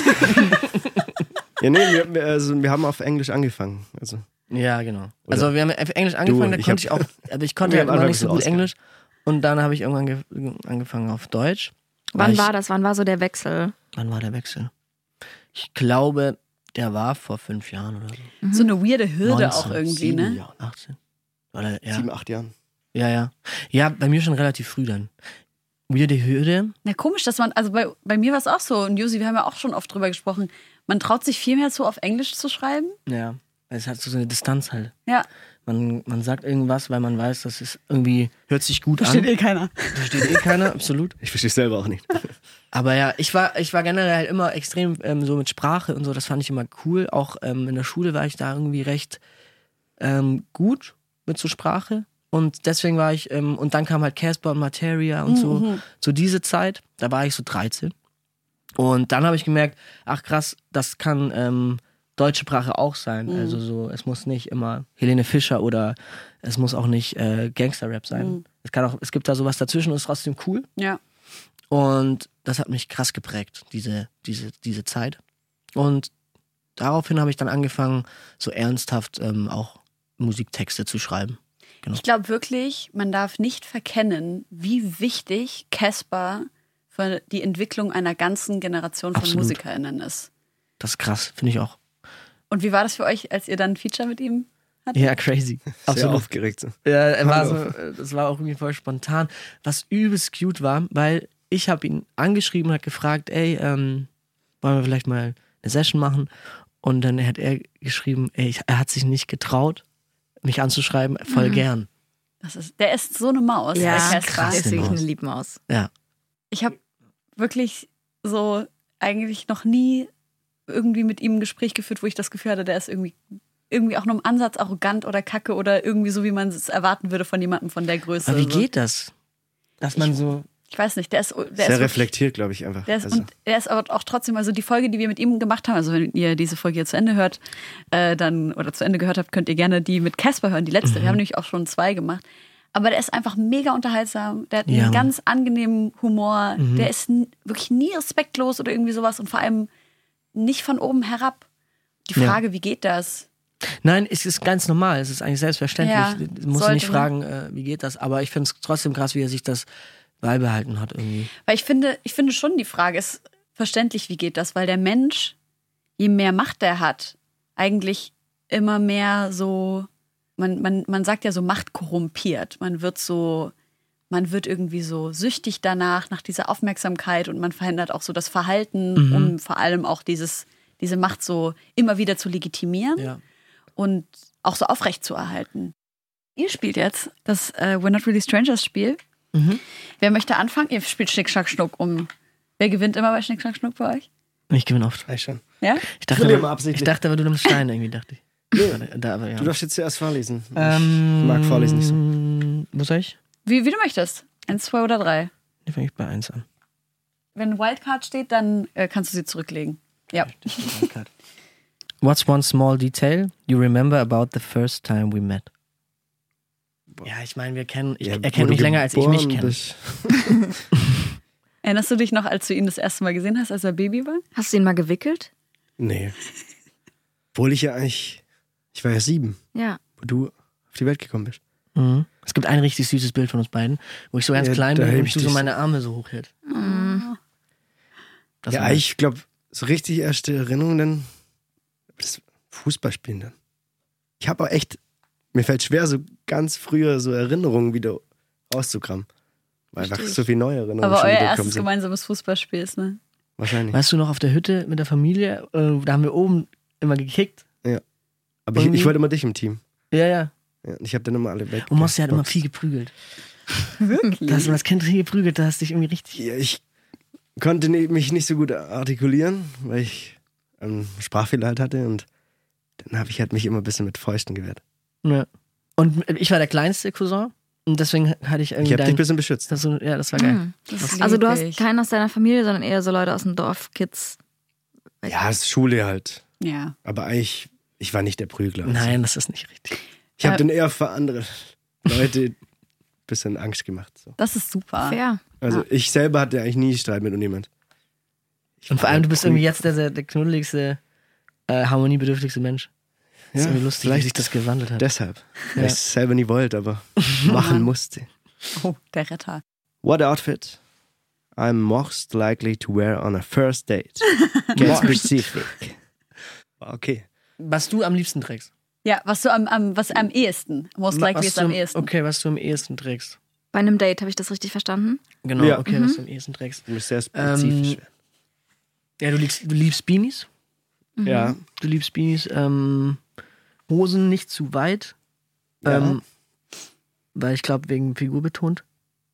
Ja, nee, wir, wir, also, wir haben auf Englisch angefangen. Also, Ja, genau. Also wir haben auf Englisch angefangen, da ich konnte ich hab- auch, aber ich konnte Wir halt haben immer einfach nicht so ein gut bisschen Englisch. Und dann habe ich irgendwann ge angefangen auf Deutsch. Wann ich, war das? Wann war so der Wechsel? Wann war der Wechsel? Ich glaube, der war vor fünf Jahren oder so. So eine weirde Hürde auch neunzehn, irgendwie, sieben, ne? Ja, achtzehn. Oder, ja. sieben, acht Jahren. ja, ja. Ja, bei mir schon relativ früh dann. Wieder die Hürde. Na komisch, dass man, also bei, bei mir war es auch so, und Josi, wir haben ja auch schon oft drüber gesprochen, man traut sich viel mehr zu, auf Englisch zu schreiben. Ja. Es hat so eine Distanz halt. Ja, Man, man sagt irgendwas, weil man weiß, das ist irgendwie, hört sich gut versteht an. eh keiner. Versteht eh keiner, absolut. Ich verstehe es selber auch nicht. Aber ja, ich war, ich war generell halt immer extrem ähm, so mit Sprache und so, das fand ich immer cool. Auch ähm, in der Schule war ich da irgendwie recht ähm, gut mit so Sprache. Und deswegen war ich, ähm, und dann kam halt Casper und Materia und so, so diese Zeit, da war ich so dreizehn. Und dann habe ich gemerkt, ach krass, das kann ähm, deutsche Sprache auch sein. Mhm. Also so, es muss nicht immer Helene Fischer oder es muss auch nicht äh, Gangster-Rap sein. Mhm. Es kann auch, es gibt da sowas dazwischen und ist trotzdem cool. Ja. Und das hat mich krass geprägt, diese, diese, diese Zeit. Und daraufhin habe ich dann angefangen, so ernsthaft ähm, auch Musiktexte zu schreiben. Genau. Ich glaube wirklich, man darf nicht verkennen, wie wichtig Casper für die Entwicklung einer ganzen Generation von Absolut. MusikerInnen ist. Das ist krass, finde ich auch. Und wie war das für euch, als ihr dann ein Feature mit ihm hattet? Ja, crazy. Sehr Absolut. aufgeregt. So. Ja, er war so, das war auch irgendwie voll spontan. Was übelst cute war, weil ich habe ihn angeschrieben und hat gefragt, ey, ähm, wollen wir vielleicht mal eine Session machen? Und dann hat er geschrieben, ey, ich, er hat sich nicht getraut, mich anzuschreiben, voll gern. Das ist, der ist so eine Maus, Ja, der krass. Casper. der ist wirklich Maus. eine Liebmaus. Ja. Ich habe wirklich so eigentlich noch nie irgendwie mit ihm ein Gespräch geführt, wo ich das Gefühl hatte, der ist irgendwie, irgendwie auch nur im Ansatz arrogant oder kacke oder irgendwie so, wie man es erwarten würde von jemandem von der Größe. Aber wie so. geht das? Dass man so. Ich weiß nicht, der ist, der Sehr ist wirklich, reflektiert, glaube ich, einfach. der ist, Also, und er ist aber auch trotzdem, also die Folge, die wir mit ihm gemacht haben, also wenn ihr diese Folge hier zu Ende hört, äh, dann oder zu Ende gehört habt, könnt ihr gerne die mit Casper hören, die letzte. Wir haben nämlich auch schon zwei gemacht. Aber der ist einfach mega unterhaltsam. Der hat Ja. einen ganz angenehmen Humor. Der ist n- wirklich nie respektlos oder irgendwie sowas und vor allem nicht von oben herab. Die Ja. Frage, wie geht das? Nein, es ist ganz normal. Es ist eigentlich selbstverständlich. Ja, Du musst sollte, nicht ne? fragen, äh, wie geht das. Aber ich finde es trotzdem krass, wie er sich das beibehalten hat irgendwie. Weil ich finde, ich finde schon, die Frage ist verständlich, wie geht das? Weil der Mensch, je mehr Macht er hat, eigentlich immer mehr so, man, man, man sagt ja so, Macht korrumpiert. Man wird so, man wird irgendwie so süchtig danach, nach dieser Aufmerksamkeit und man verändert auch so das Verhalten, Mhm. um vor allem auch dieses, diese Macht so immer wieder zu legitimieren Ja. und auch so aufrecht zu erhalten. Ihr spielt jetzt das äh, We're Not Really Strangers Spiel. Mhm. Wer möchte anfangen? Ihr spielt Schnick, Schnack, Schnuck um. Wer gewinnt immer bei Schnick, Schnack, Schnuck bei euch? Ich gewinne oft. Eigentlich schon. Ja? Ich dachte, Verlier aber, mal absichtlich. ich dachte aber, du nimmst Stein irgendwie, dachte ich. Da, aber, ja. Du darfst jetzt zuerst vorlesen. ähm, Ich mag vorlesen nicht so. Wo soll ich? Wie, wie du möchtest. Eins, zwei oder drei. Die fange ich bei eins an. Wenn Wildcard steht, dann äh, kannst du sie zurücklegen. Ja. What's one small detail you remember about the first time we met? Ja, ich meine, wir kennen, ich, Ja, er wo kennt du mich länger, als ich mich geboren kenne. bist. Erinnerst du dich noch, als du ihn das erste Mal gesehen hast, als er Baby war? Hast du ihn mal gewickelt? Nee. Obwohl ich ja eigentlich, ich war ja sieben, Ja. wo du auf die Welt gekommen bist. Mhm. Es gibt ein richtig süßes Bild von uns beiden, wo ich so ganz Ja, klein da bin heb und ich du so dich. meine Arme so hochhält. Das Ja, war- ich glaube, so richtig erste Erinnerungen dann, das Fußballspielen dann. Ich habe auch echt, mir fällt schwer, so ganz früher so Erinnerungen wieder rauszukramen. Weil einfach so viele neue Erinnerungen Aber schon euer wiedergekommen erstes sind. gemeinsames Fußballspiel ist, ne? Wahrscheinlich. Weißt du noch, auf der Hütte mit der Familie, äh, da haben wir oben immer gekickt. Aber ich, irgendwie- ich wollte immer dich im Team. Ja, ja. Ja, und ich habe dann immer alle weg. Und Mossi hat immer viel geprügelt. Wirklich? Da hast du als Kind viel geprügelt, da hast du dich irgendwie richtig... Ja, ich konnte ni- mich nicht so gut artikulieren, weil ich einen Sprachfehler halt hatte und dann habe ich halt mich immer ein bisschen mit Fäusten gewehrt. Ja. Und ich war der kleinste Cousin und deswegen hatte ich irgendwie Ich habe dich dein... ein bisschen beschützt. Das so, ja, das war geil. Mhm. Das Also du lieb hast ich. keinen aus deiner Familie, sondern eher so Leute aus dem Dorf, Kids. Ja, es ist Schule halt. Ja. Aber eigentlich, ich war nicht der Prügler. Also. Nein, das ist nicht richtig. Ich habe Äh, dann eher für andere Leute ein bisschen Angst gemacht. So. Das ist super. Fair. Also Ja. ich selber hatte eigentlich nie Streit mit irgendjemand. Ich Und vor war allem, du der bist irgendwie Prügler. jetzt der, der, der knuddeligste, äh, harmoniebedürftigste Mensch. Das ist Ja, irgendwie lustig, wie vielleicht sich das gewandelt hat. Deshalb. Weil Ja. ich es selber nie wollte, aber machen musste. Oh, der Retter. What outfit I'm most likely to wear on a first date? Get specific. Okay. Was du am liebsten trägst. Ja, was du am, am, was am ehesten, most likely Was ist du am am- ehesten. Okay, was du am ehesten trägst. Bei einem Date, habe ich das richtig verstanden? Genau, Ja. okay, was du am ehesten trägst. Du musst sehr spezifisch Ähm, werden. Ja, du liebst, du liebst Beanies. Ja. Du liebst Beanies. Ähm, Hosen nicht zu weit. Ja. Ähm, weil ich glaube, wegen Figur betont.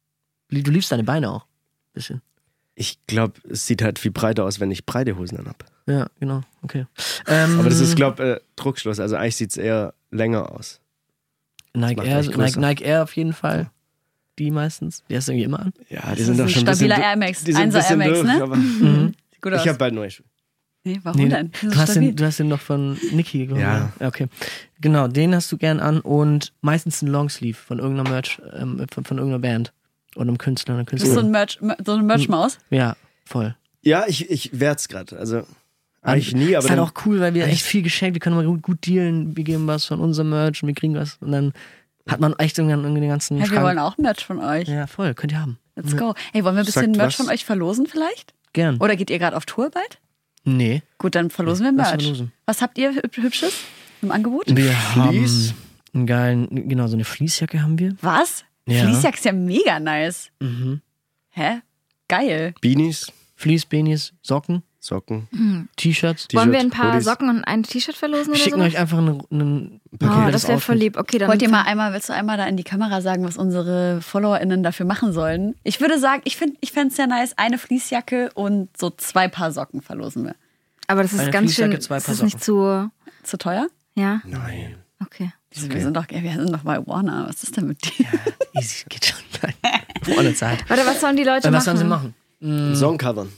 Du liebst deine Beine auch. Bisschen. Ich glaube, es sieht halt viel breiter aus, wenn ich breite Hosen an habe. Ja, genau. Okay. Ähm, Aber das ist, glaube ich, äh, Druckschluss. Also eigentlich sieht es eher länger aus. Nike macht Air, euch Nike, größer. Nike Air auf jeden Fall. Die meistens. Die hast du irgendwie immer an. Ja, Das die sind ist doch ein schon ein bisschen, stabiler du- Air Max. die sind ein Einser bisschen Air Max, durch, ne? aber Mhm. Sieht gut ich aus. habe bald neue Schuhe. Nee, warum Nee, denn? Die sind du, hast stabil. den, du hast den noch von Niki gewonnen. Ja. Ja, okay. Genau, den hast du gern an und meistens ein Longsleeve von irgendeiner Merch, ähm, von, von irgendeiner Band. Oder einem Künstler, einer Du bist so, Künstlerin. ein Merch, so eine Merch-Maus. Ja, voll. Ja, ich, ich werde es gerade. Also eigentlich nie, aber ist halt dann, auch cool, weil wir echt echt viel geschenkt, wir können mal gut, gut dealen, wir geben was von unserem Merch und wir kriegen was und dann hat man echt irgendwann irgendwie den ganzen Hey, wir Schrank. wollen auch Merch von euch. Ja, voll, könnt ihr haben. Let's go. Hey, wollen wir ein bisschen Sagt Merch was. von euch verlosen vielleicht? Gern. Oder geht ihr gerade auf Tour bald? Nee. Gut, dann verlosen wir Lass Merch. verlosen. Was habt ihr hüb- Hübsches im Angebot? Wir Fleece? haben einen geilen, genau, so eine Fließjacke haben wir. Was? Ja. Fließjacke ist ja mega nice. Mhm. Hä? Geil. Beanies, Fleece-Beanies, Socken, Hm. T-Shirts. T-Shirt, Wollen wir ein paar Hoodies. Socken und ein T-Shirt verlosen Wir oder schicken so? euch einfach einen, einen Oh, komplettes das wäre voll Outfit. lieb. Okay, dann Wollt ihr mal einmal, willst du einmal da in die Kamera sagen, was unsere FollowerInnen dafür machen sollen? Ich würde sagen, ich finde ich fände es sehr nice, eine Fließjacke und so zwei Paar Socken verlosen wir. Aber das ist Eine ganz schön. Fließjacke, zwei Ist Paar das nicht zu. Zu teuer? Ja? Nein. Okay. Wieso, Wir, sind doch, wir sind doch bei Warner. Was ist denn mit dir? Easy, geht schon. Nein. Ohne Zeit. Warte, was sollen die Leute Äh, was sollen machen? sie machen? Ein Song covern.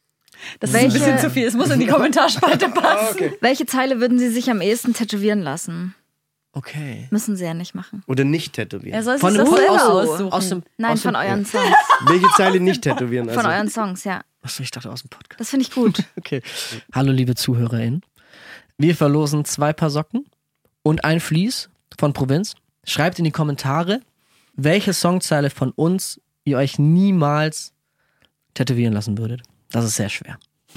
Das Welche- ist ein bisschen zu viel. Es muss in die Kommentarspalte passen. Welche Zeile würden Sie sich am ehesten tätowieren lassen? Okay. Müssen Sie ja nicht machen. Oder nicht tätowieren. Er soll sich Von das dem selber aus, aussuchen. aus dem, Nein, aus von dem, euren Songs. Welche Zeile nicht tätowieren? Also, Von euren Songs, ja. Achso, ich dachte aus dem Podcast. Das finde ich gut. Okay. Hallo, liebe ZuhörerInnen. Wir verlosen zwei Paar Socken und ein Vlies von Provinz. Schreibt in die Kommentare, welche Songzeile von uns ihr euch niemals tätowieren lassen würdet. Das ist sehr schwer.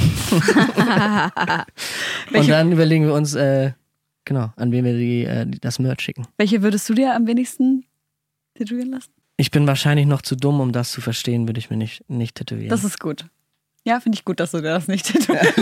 Und dann überlegen wir uns, äh, genau, an wen wir die, äh, die- das Merch schicken. Welche würdest du dir am wenigsten tätowieren lassen? Ich bin wahrscheinlich noch zu dumm, um das zu verstehen, würde ich mir nicht, nicht tätowieren. Das ist gut. Ja, finde ich gut, dass du dir das nicht tätowierst.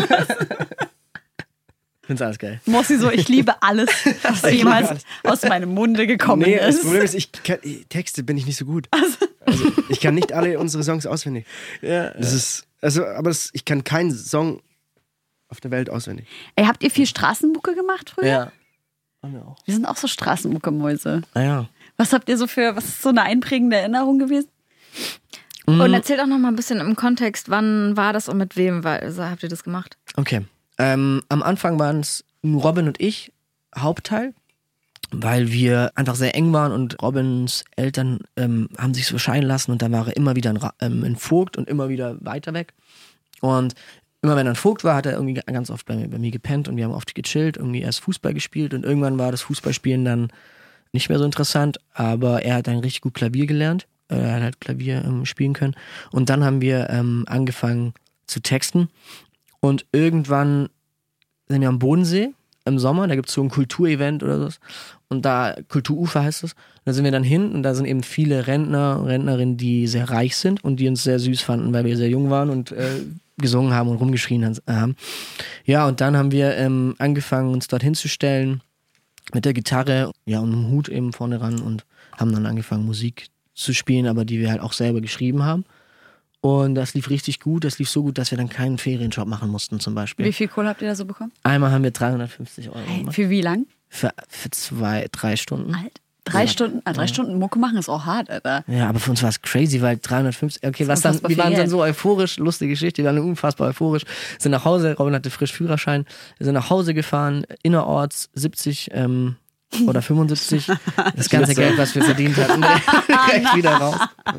Ich find's alles geil. Mossi so, ich liebe alles, was jemals aus meinem Munde gekommen Nee, das ist. Problem ist, ich kann, Texte bin ich nicht so gut. Also, ich kann nicht alle unsere Songs auswendig. Ja, Das ist, also, aber das, ich kann keinen Song auf der Welt auswendig. Ey, habt ihr viel Straßenmucke gemacht früher? ja. Haben wir auch. Wir sind auch so Straßenmucke-Mäuse. Naja. Was habt ihr so für, was ist so eine einprägende Erinnerung gewesen? Und erzählt auch noch mal ein bisschen im Kontext, wann war das und mit wem war, also habt ihr das gemacht? Okay. Ähm, am Anfang waren es nur Robin und ich, Hauptteil, weil wir einfach sehr eng waren und Robins Eltern ähm, haben sich so scheiden lassen und dann war er immer wieder ein, Ra- ähm, ein Vogt und immer wieder weiter weg. Und immer wenn er ein Vogt war, hat er irgendwie ganz oft bei mir, bei mir gepennt und wir haben oft gechillt, irgendwie erst Fußball gespielt und irgendwann war das Fußballspielen dann nicht mehr so interessant, aber er hat dann richtig gut Klavier gelernt. Er hat halt Klavier ähm, spielen können. Und dann haben wir ähm, angefangen zu texten. Und irgendwann sind wir am Bodensee im Sommer. Da gibt es so ein Kulturevent oder so. Und da, Kulturufer heißt das. Da sind wir dann hin und da sind eben viele Rentner und Rentnerinnen, die sehr reich sind und die uns sehr süß fanden, weil wir sehr jung waren und äh, gesungen haben und rumgeschrien haben. Ja, und dann haben wir ähm, angefangen, uns dort hinzustellen mit der Gitarre, ja, und einem Hut eben vorne ran und haben dann angefangen, Musik zu spielen, aber die wir halt auch selber geschrieben haben. Und das lief richtig gut. Das lief so gut, dass wir dann keinen Ferienjob machen mussten zum Beispiel. Wie viel Kohle habt ihr da so bekommen? Einmal haben wir dreihundertfünfzig Euro Hey, gemacht. für wie lang? Für, für zwei, drei Stunden. Alt. Drei Ja. Stunden, ah, drei Stunden Mucke machen ist auch hart, Alter. Ja, aber für uns war es crazy, weil dreihundertfünfzig, okay, was dann, unfassbar wir viel waren dann Geld. so euphorisch, lustige Geschichte, wir waren unfassbar euphorisch, sind nach Hause, Robin hatte frisch Führerschein, wir sind nach Hause gefahren, innerorts siebzig ähm, oder fünfundsiebzig, das ganze Geld, was wir verdient hatten, direkt wieder raus.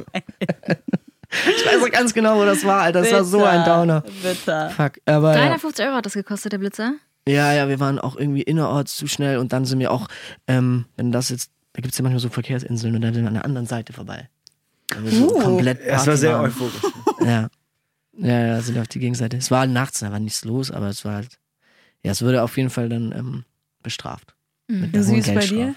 Ich weiß noch ganz genau, wo das war, Alter, das war so ein Downer. Bitter. Fuck, aber ja. dreihundertfünfzig Euro hat das gekostet, der Blitzer? Ja, ja, wir waren auch irgendwie innerorts zu schnell und dann sind wir auch, ähm, wenn das jetzt, da gibt es ja manchmal so Verkehrsinseln und dann sind wir an der anderen Seite vorbei. Da wir so komplett Es war sehr Party waren. euphorisch. Ja. Ja, ja, sind wir auf die Gegenseite. Es war halt nachts, da war nichts los, aber es war halt, ja, es wurde auf jeden Fall dann ähm, bestraft. Mit der hohen Süß bei Geldstrafe. dir?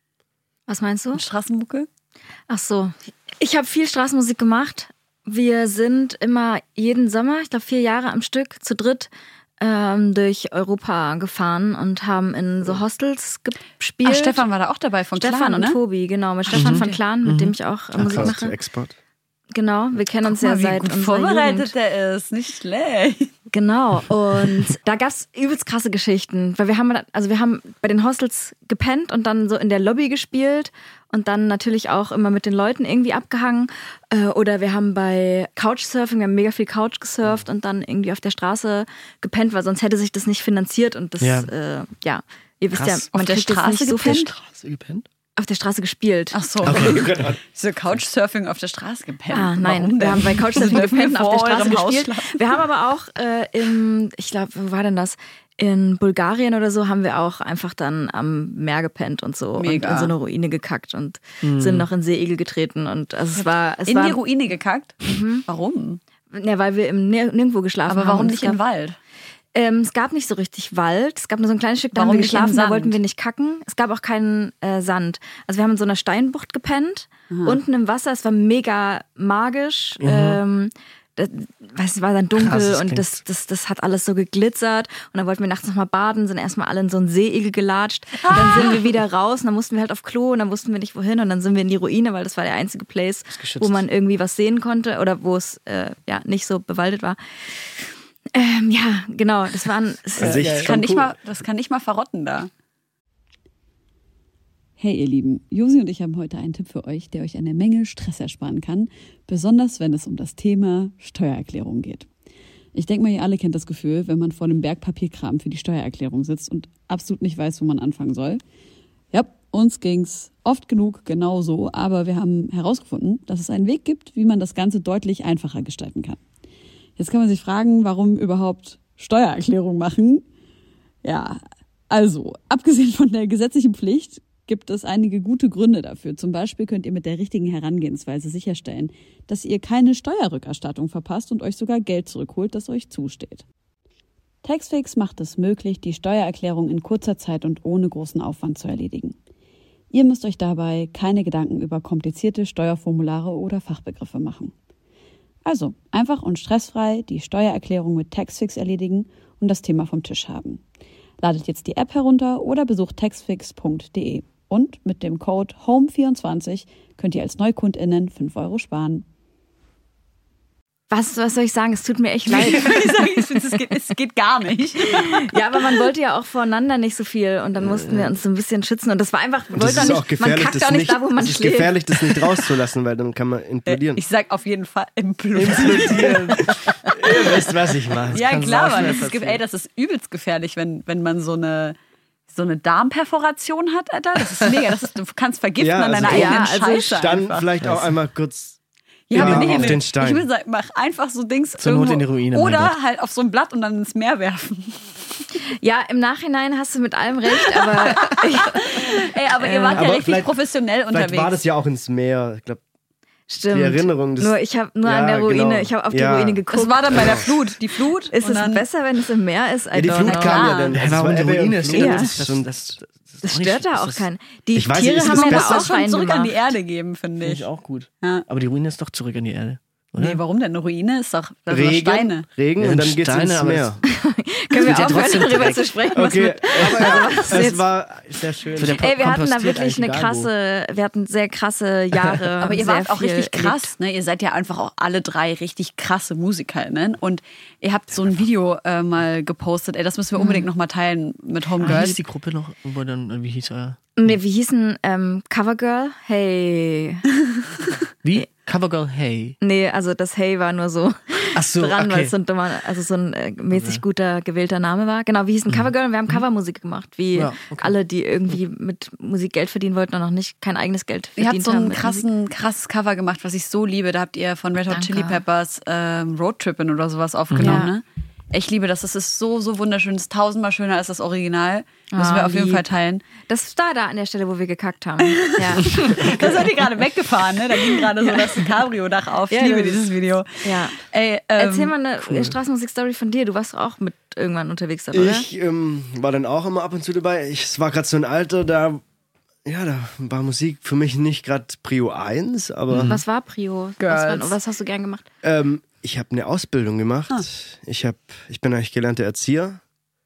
Was meinst du? Straßenmucke? Ach so. Ich habe viel Straßenmusik gemacht. Wir sind immer jeden Sommer, ich glaube vier Jahre am Stück, zu dritt ähm, durch Europa gefahren und haben in so Hostels gespielt. Ach, Stefan war da auch dabei von Stefan Clan, und ne? Tobi, genau, mit Stefan von Clan, mit Mhm. dem ich auch äh, Musik Cloud to mache. Export. Genau, wir kennen uns Guck ja mal, wie seit gut unserer vorbereitet Jugend. der ist, nicht schlecht. Genau, und da gab's übelst krasse Geschichten, weil wir haben, also wir haben bei den Hostels gepennt und dann so in der Lobby gespielt und dann natürlich auch immer mit den Leuten irgendwie abgehangen. Äh, Oder wir haben bei Couchsurfing, wir haben mega viel Couch gesurft und dann irgendwie auf der Straße gepennt, weil sonst hätte sich das nicht finanziert und das, Ja. äh, ja, ihr wisst Krass. ja, man Auf der kriegt jetzt Straße nicht so viel. gepennt? Straße gepennt? Auf der Straße gespielt. Ach so. Okay. Diese Couchsurfing auf der Straße gepennt. Ah, nein, Warum denn? wir haben bei Couchsurfing Dürfen wir gepennt, auf vor der Straße eurem Haus gespielt. schlafen? Wir haben aber auch äh, im, ich glaube, wo war denn das? In Bulgarien oder so haben wir auch einfach dann am Meer gepennt und so Mega. und in so eine Ruine gekackt und sind noch in Seeigel getreten und also es war, es In war, die Ruine gekackt? Warum? ja, weil wir im Nir- nirgendwo geschlafen Aber haben. warum und nicht es gab, im Wald? Ähm, es gab nicht so richtig Wald. Es gab nur so ein kleines Stück, da Warum haben wir nicht im geschlafen, da Sand? wollten wir nicht kacken. Es gab auch keinen äh, Sand. Also wir haben in so einer Steinbucht gepennt, unten im Wasser. Es war mega magisch. Ähm, das, es war dann dunkel Krass, das und klingt- das, das, das hat alles so geglitzert. Und dann wollten wir nachts nochmal baden, sind erstmal alle in so einen Seeigel gelatscht. Und dann sind wir wieder raus und dann mussten wir halt auf Klo und dann wussten wir nicht wohin. Und dann sind wir in die Ruine, weil das war der einzige Place, geschützt. wo man irgendwie was sehen konnte oder wo es äh, ja nicht so bewaldet war. Ähm, ja, genau. Das waren. Es, An sich Das schon kann, nicht cool. mal, das kann nicht mal verrotten da. Hey ihr Lieben, Josi und ich haben heute einen Tipp für euch, der euch eine Menge Stress ersparen kann, besonders wenn es um das Thema Steuererklärung geht. Ich denke mal, ihr alle kennt das Gefühl, wenn man vor einem Berg Papierkram für die Steuererklärung sitzt und absolut nicht weiß, wo man anfangen soll. Ja, uns ging's oft genug genauso, aber wir haben herausgefunden, dass es einen Weg gibt, wie man das Ganze deutlich einfacher gestalten kann. Jetzt kann man sich fragen, warum überhaupt Steuererklärung machen? Ja, also, abgesehen von der gesetzlichen Pflicht gibt es einige gute Gründe dafür. Zum Beispiel könnt ihr mit der richtigen Herangehensweise sicherstellen, dass ihr keine Steuerrückerstattung verpasst und euch sogar Geld zurückholt, das euch zusteht. Taxfix macht es möglich, die Steuererklärung in kurzer Zeit und ohne großen Aufwand zu erledigen. Ihr müsst euch dabei keine Gedanken über komplizierte Steuerformulare oder Fachbegriffe machen. Also einfach und stressfrei die Steuererklärung mit Taxfix erledigen und das Thema vom Tisch haben. Ladet jetzt die App herunter oder besucht taxfix punkt de. Und mit dem Code Home vierundzwanzig könnt ihr als NeukundInnen fünf Euro sparen. Was, was soll ich sagen? Es tut mir echt leid. Ich finde, es geht, es geht gar nicht. Ja, aber man wollte ja auch voreinander nicht so viel und dann mussten wir uns so ein bisschen schützen und das war einfach, wir Das wollten ist auch auch nicht, man gefährlich, kackt das auch nicht nicht, da, wo man es ist schläft. gefährlich, das nicht rauszulassen, weil dann kann man implodieren. Ich sag auf jeden Fall implodieren. Ihr wisst, was ich meine. Ja, klar, Mann. Das ist, ey, das ist übelst gefährlich, wenn, wenn man so eine, so eine Darmperforation hat, Alter. Das ist mega. Das ist, du kannst vergiften Ja, an also deiner ja, eigenen also Scheiße. Dann einfach. vielleicht auch einmal kurz Ja, Ja, aber nee, auf nee. den Stein. Ich würde sagen, mach einfach so Dings Zur Not irgendwo- in die Ruine, mein Oder Gott. halt auf so ein Blatt und dann ins Meer werfen. Ja, im Nachhinein hast du mit allem recht, aber ich, Ey, aber ihr wart ja Aber richtig vielleicht- professionell Vielleicht unterwegs. war das ja auch ins Meer. Ich glaube, stimmt. die Erinnerung. Das, nur ich habe nur Ja, an der Ruine, genau. ich habe auf die Ja. Ruine geguckt. Das war dann bei der Flut. Die Flut. Ist und es dann, besser, wenn es im Meer ist? I ja, die don't Flut know. kam ja klar. dann. Ja, Also warum es die war Ebbe Ruine und ist Flut. Ja. Das ist schon, das, Das stört da auch keinen. Die Ich weiß Tiere nicht, ist haben es ja da besser? auch auch schon rein zurück an die gemacht. Erde geben, finde Finde ich. ich auch gut. Ja. Aber die Ruine ist doch zurück an die Erde, oder? Nee, warum denn? Eine Ruine ist doch das sind doch Regen, Steine. Regen Ja, und dann sind geht's Steine, ins aber Meer. Können wir wird ja aufhören, trotzdem darüber Dreck. zu sprechen? Was Okay, mit, aber also was es jetzt? war sehr schön. So der Ey, wir hatten da kompostiert wirklich eigentlich eine egal wo. krasse, wir hatten sehr krasse Jahre. Aber ihr sehr wart auch viel richtig erlebt. krass, ne? Ihr seid ja einfach auch alle drei richtig krasse MusikerInnen. Und ihr habt so ein Video äh, mal gepostet. Ey, das müssen wir unbedingt noch mal teilen mit Ah, Homegirls. hieß die Gruppe noch? Wo dann, wie hieß euer? Nee, wir hießen ähm, Covergirl. Hey. Wie? Covergirl Hey. Nee, also das Hey war nur so Ach so, dran, weil okay. es so ein, dummer, also so ein äh, mäßig guter gewählter Name war. Genau, wir hießen Covergirl und wir haben Covermusik gemacht. Wie Ja, okay. alle, die irgendwie mit Musik Geld verdienen wollten und noch nicht kein eigenes Geld Ihr verdient habt so haben. ein mit Musik. krassen, krasses Cover gemacht, was ich so liebe. Da habt ihr von Red Hot Danke. Chili Peppers ähm, Roadtrippin' oder sowas aufgenommen, Ja. ne? Ich liebe das. Das ist so, so wunderschön. Das ist tausendmal schöner als das Original. Müssen Ah, wir auf jeden lieb. Fall teilen. Das ist da, da an der Stelle, wo wir gekackt haben. Ja. Da seid ihr gerade weggefahren, ne? Da ging gerade so das Cabrio-Dach auf. Ich Ja, liebe das dieses ist- Video. ja. Ey, ähm, Erzähl mal eine Straßenmusik-Story von dir. Du warst auch mit irgendwann unterwegs, dann, oder? Ich ähm, war dann auch immer ab und zu dabei. Ich, es war gerade so ein Alter, da, ja, da war Musik für mich nicht gerade Prio eins, aber Was war Prio? Was, Girls. war, was hast du gern gemacht? ähm, ich habe eine Ausbildung gemacht. Ich, hab, ich bin eigentlich gelernter Erzieher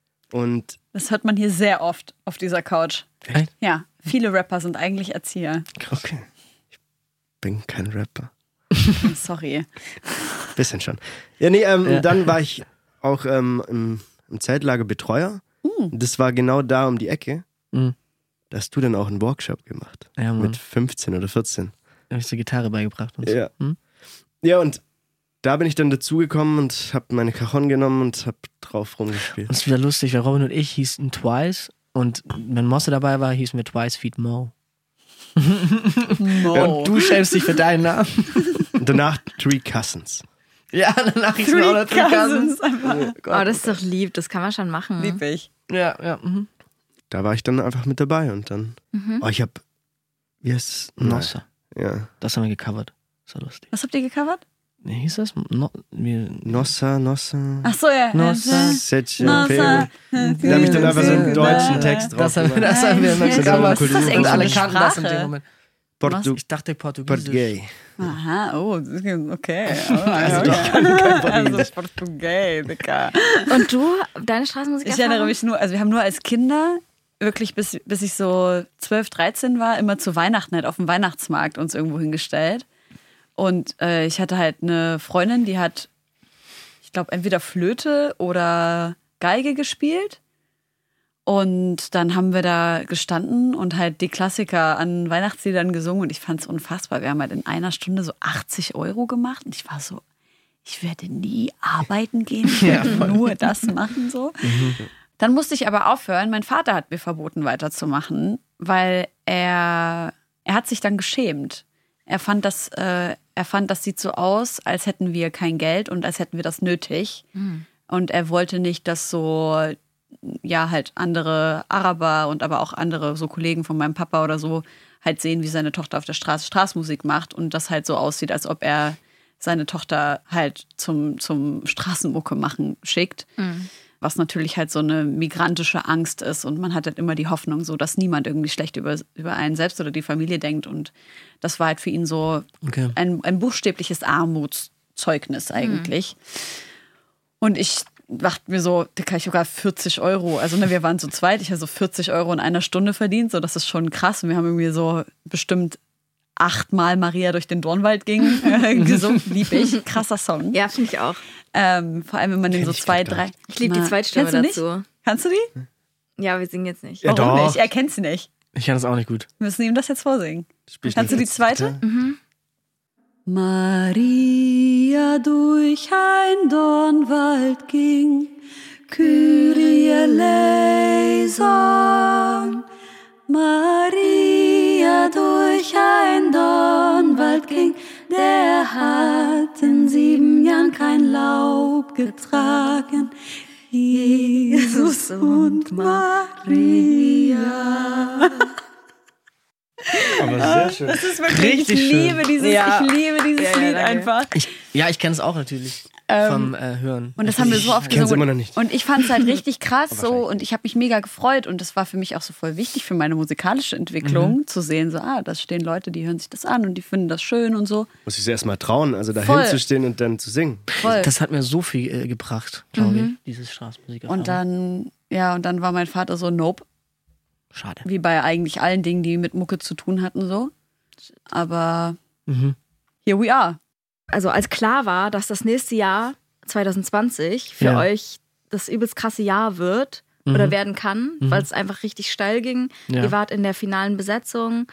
und das hört man hier sehr oft auf dieser Couch. Echt? Ja, viele Rapper sind eigentlich Erzieher. okay, ich bin kein Rapper. Sorry. Bisschen schon. Ja, nee, ähm, Ja. dann war ich auch ähm, im, im Zeltlager Betreuer. Das war genau da um die Ecke. Mhm. Da hast du dann auch einen Workshop gemacht. Ja, Mann. Mit fünfzehn oder vierzehn. Da habe ich die Gitarre beigebracht. Und so. Ja. Hm? Ja, und da bin ich dann dazugekommen und habe meine Cajon genommen und habe drauf rumgespielt. Und es ist wieder lustig, weil Robin und ich hießen Twice und wenn Mosse dabei war, hießen wir Twice Feet Mo. Mo. Und du schämst dich für deinen Namen. Und danach Three Cousins. Ja, danach hießen wir auch noch Three Cousins. einfach. Oh, das ist doch lieb. Das kann man schon machen. Lieb ich. Ja, ja. Mhm. Da war ich dann einfach mit dabei und dann. Oh, ich hab. Wie heißt es? Nossa. Ja. Das haben wir gecovert. Das war lustig. Was habt ihr gecovert? Wie hieß das? No, wir, Nossa, Nossa. Ach so, ja. Nossa. Setje, Nossa. Pere. Da habe ich dann einfach so einen deutschen Text drauf das haben wir, gemacht. das haben wir immer Was ist gecovert. das eigentlich Und für alle eine kannten das in Sprache? dem Moment. Portu Ich dachte Portugiesisch. Portugay. Aha, oh, okay. Oh, Also okay. ich kann kein Portugiesisch. Also Portugiesisch, Digga. Und du, deine Straßenmusik? Ich erinnere mich nur, also wir haben nur als Kinder wirklich bis, bis ich so zwölf, dreizehn war, immer zu Weihnachten halt auf dem Weihnachtsmarkt uns irgendwo hingestellt. Und äh, ich hatte halt eine Freundin, die hat, ich glaube, entweder Flöte oder Geige gespielt. Und dann haben wir da gestanden und halt die Klassiker an Weihnachtsliedern gesungen. Und ich fand es unfassbar. Wir haben halt in einer Stunde so achtzig Euro gemacht. Und ich war so, ich werde nie arbeiten gehen. Ich werde nur das machen so. Dann musste ich aber aufhören. Mein Vater hat mir verboten, weiterzumachen, weil er, er hat sich dann geschämt. Er fand, das, äh, er fand, das sieht so aus, als hätten wir kein Geld und als hätten wir das nötig. Mhm. Und er wollte nicht, dass so, ja, halt andere Araber und aber auch andere so Kollegen von meinem Papa oder so halt sehen, wie seine Tochter auf der Straße Straßenmusik macht und das halt so aussieht, als ob er seine Tochter halt zum, zum Straßenmucke machen schickt. Mhm. was natürlich halt so eine migrantische Angst ist und man hat halt immer die Hoffnung so, dass niemand irgendwie schlecht über, über einen selbst oder die Familie denkt und das war halt für ihn so Okay. ein, ein buchstäbliches Armutszeugnis eigentlich. Mhm. Und ich dachte mir so, da kann ich sogar vierzig Euro, also ne, wir waren zu zweit, ich habe so vierzig Euro in einer Stunde verdient, so das ist schon krass und wir haben irgendwie so bestimmt achtmal Maria durch den Dornwald ging, gesungen, lieb ich, krasser Song. Ja, finde ich auch. Ähm, vor allem, wenn man den so zwei, drei... Ich liebe die Zweitstimme Kennst du dazu. Nicht? Kannst du die? Ja, wir singen jetzt nicht. Ja, Warum doch. nicht? Er kennt sie nicht. Ich kann das auch nicht gut. Wir müssen ihm das jetzt vorsingen. Spiel ich Kannst du nicht die jetzt, zweite? bitte? Mhm. Maria durch ein Dornwald ging, Kyrie eleison. Maria durch ein Dornwald ging, der hat in sieben Jahren kein Laub getragen. Jesus und Maria. Aber sehr schön. Das ist wirklich, Richtig ich liebe schön. dieses, Ja. ich liebe dieses Ja, ja, Lied danke. einfach. Ich, ja, ich kenne es auch natürlich Ähm, vom äh, Hören. Und das haben wir so oft Ich kenn's gesungen. immer noch nicht. Und ich fand es halt richtig krass Aber so wahrscheinlich. und ich habe mich mega gefreut und das war für mich auch so voll wichtig für meine musikalische Entwicklung Mhm. zu sehen, so ah, da stehen Leute, die hören sich das an und die finden das schön und so. Muss ich es erst mal trauen, also da Voll. hinzustehen und dann zu singen. Voll. Das hat mir so viel äh, gebracht, glaube ich, dieses Straßenmusik. Und dann, ja, und dann war mein Vater so nope, Schade. wie bei eigentlich allen Dingen, die mit Mucke zu tun hatten so. Aber Mhm. here we are. Also als klar war, dass das nächste Jahr zwanzig zwanzig für Ja. euch das übelst krasse Jahr wird Mhm. oder werden kann, Mhm. weil es einfach richtig steil ging. Ja. Ihr wart in der finalen Besetzung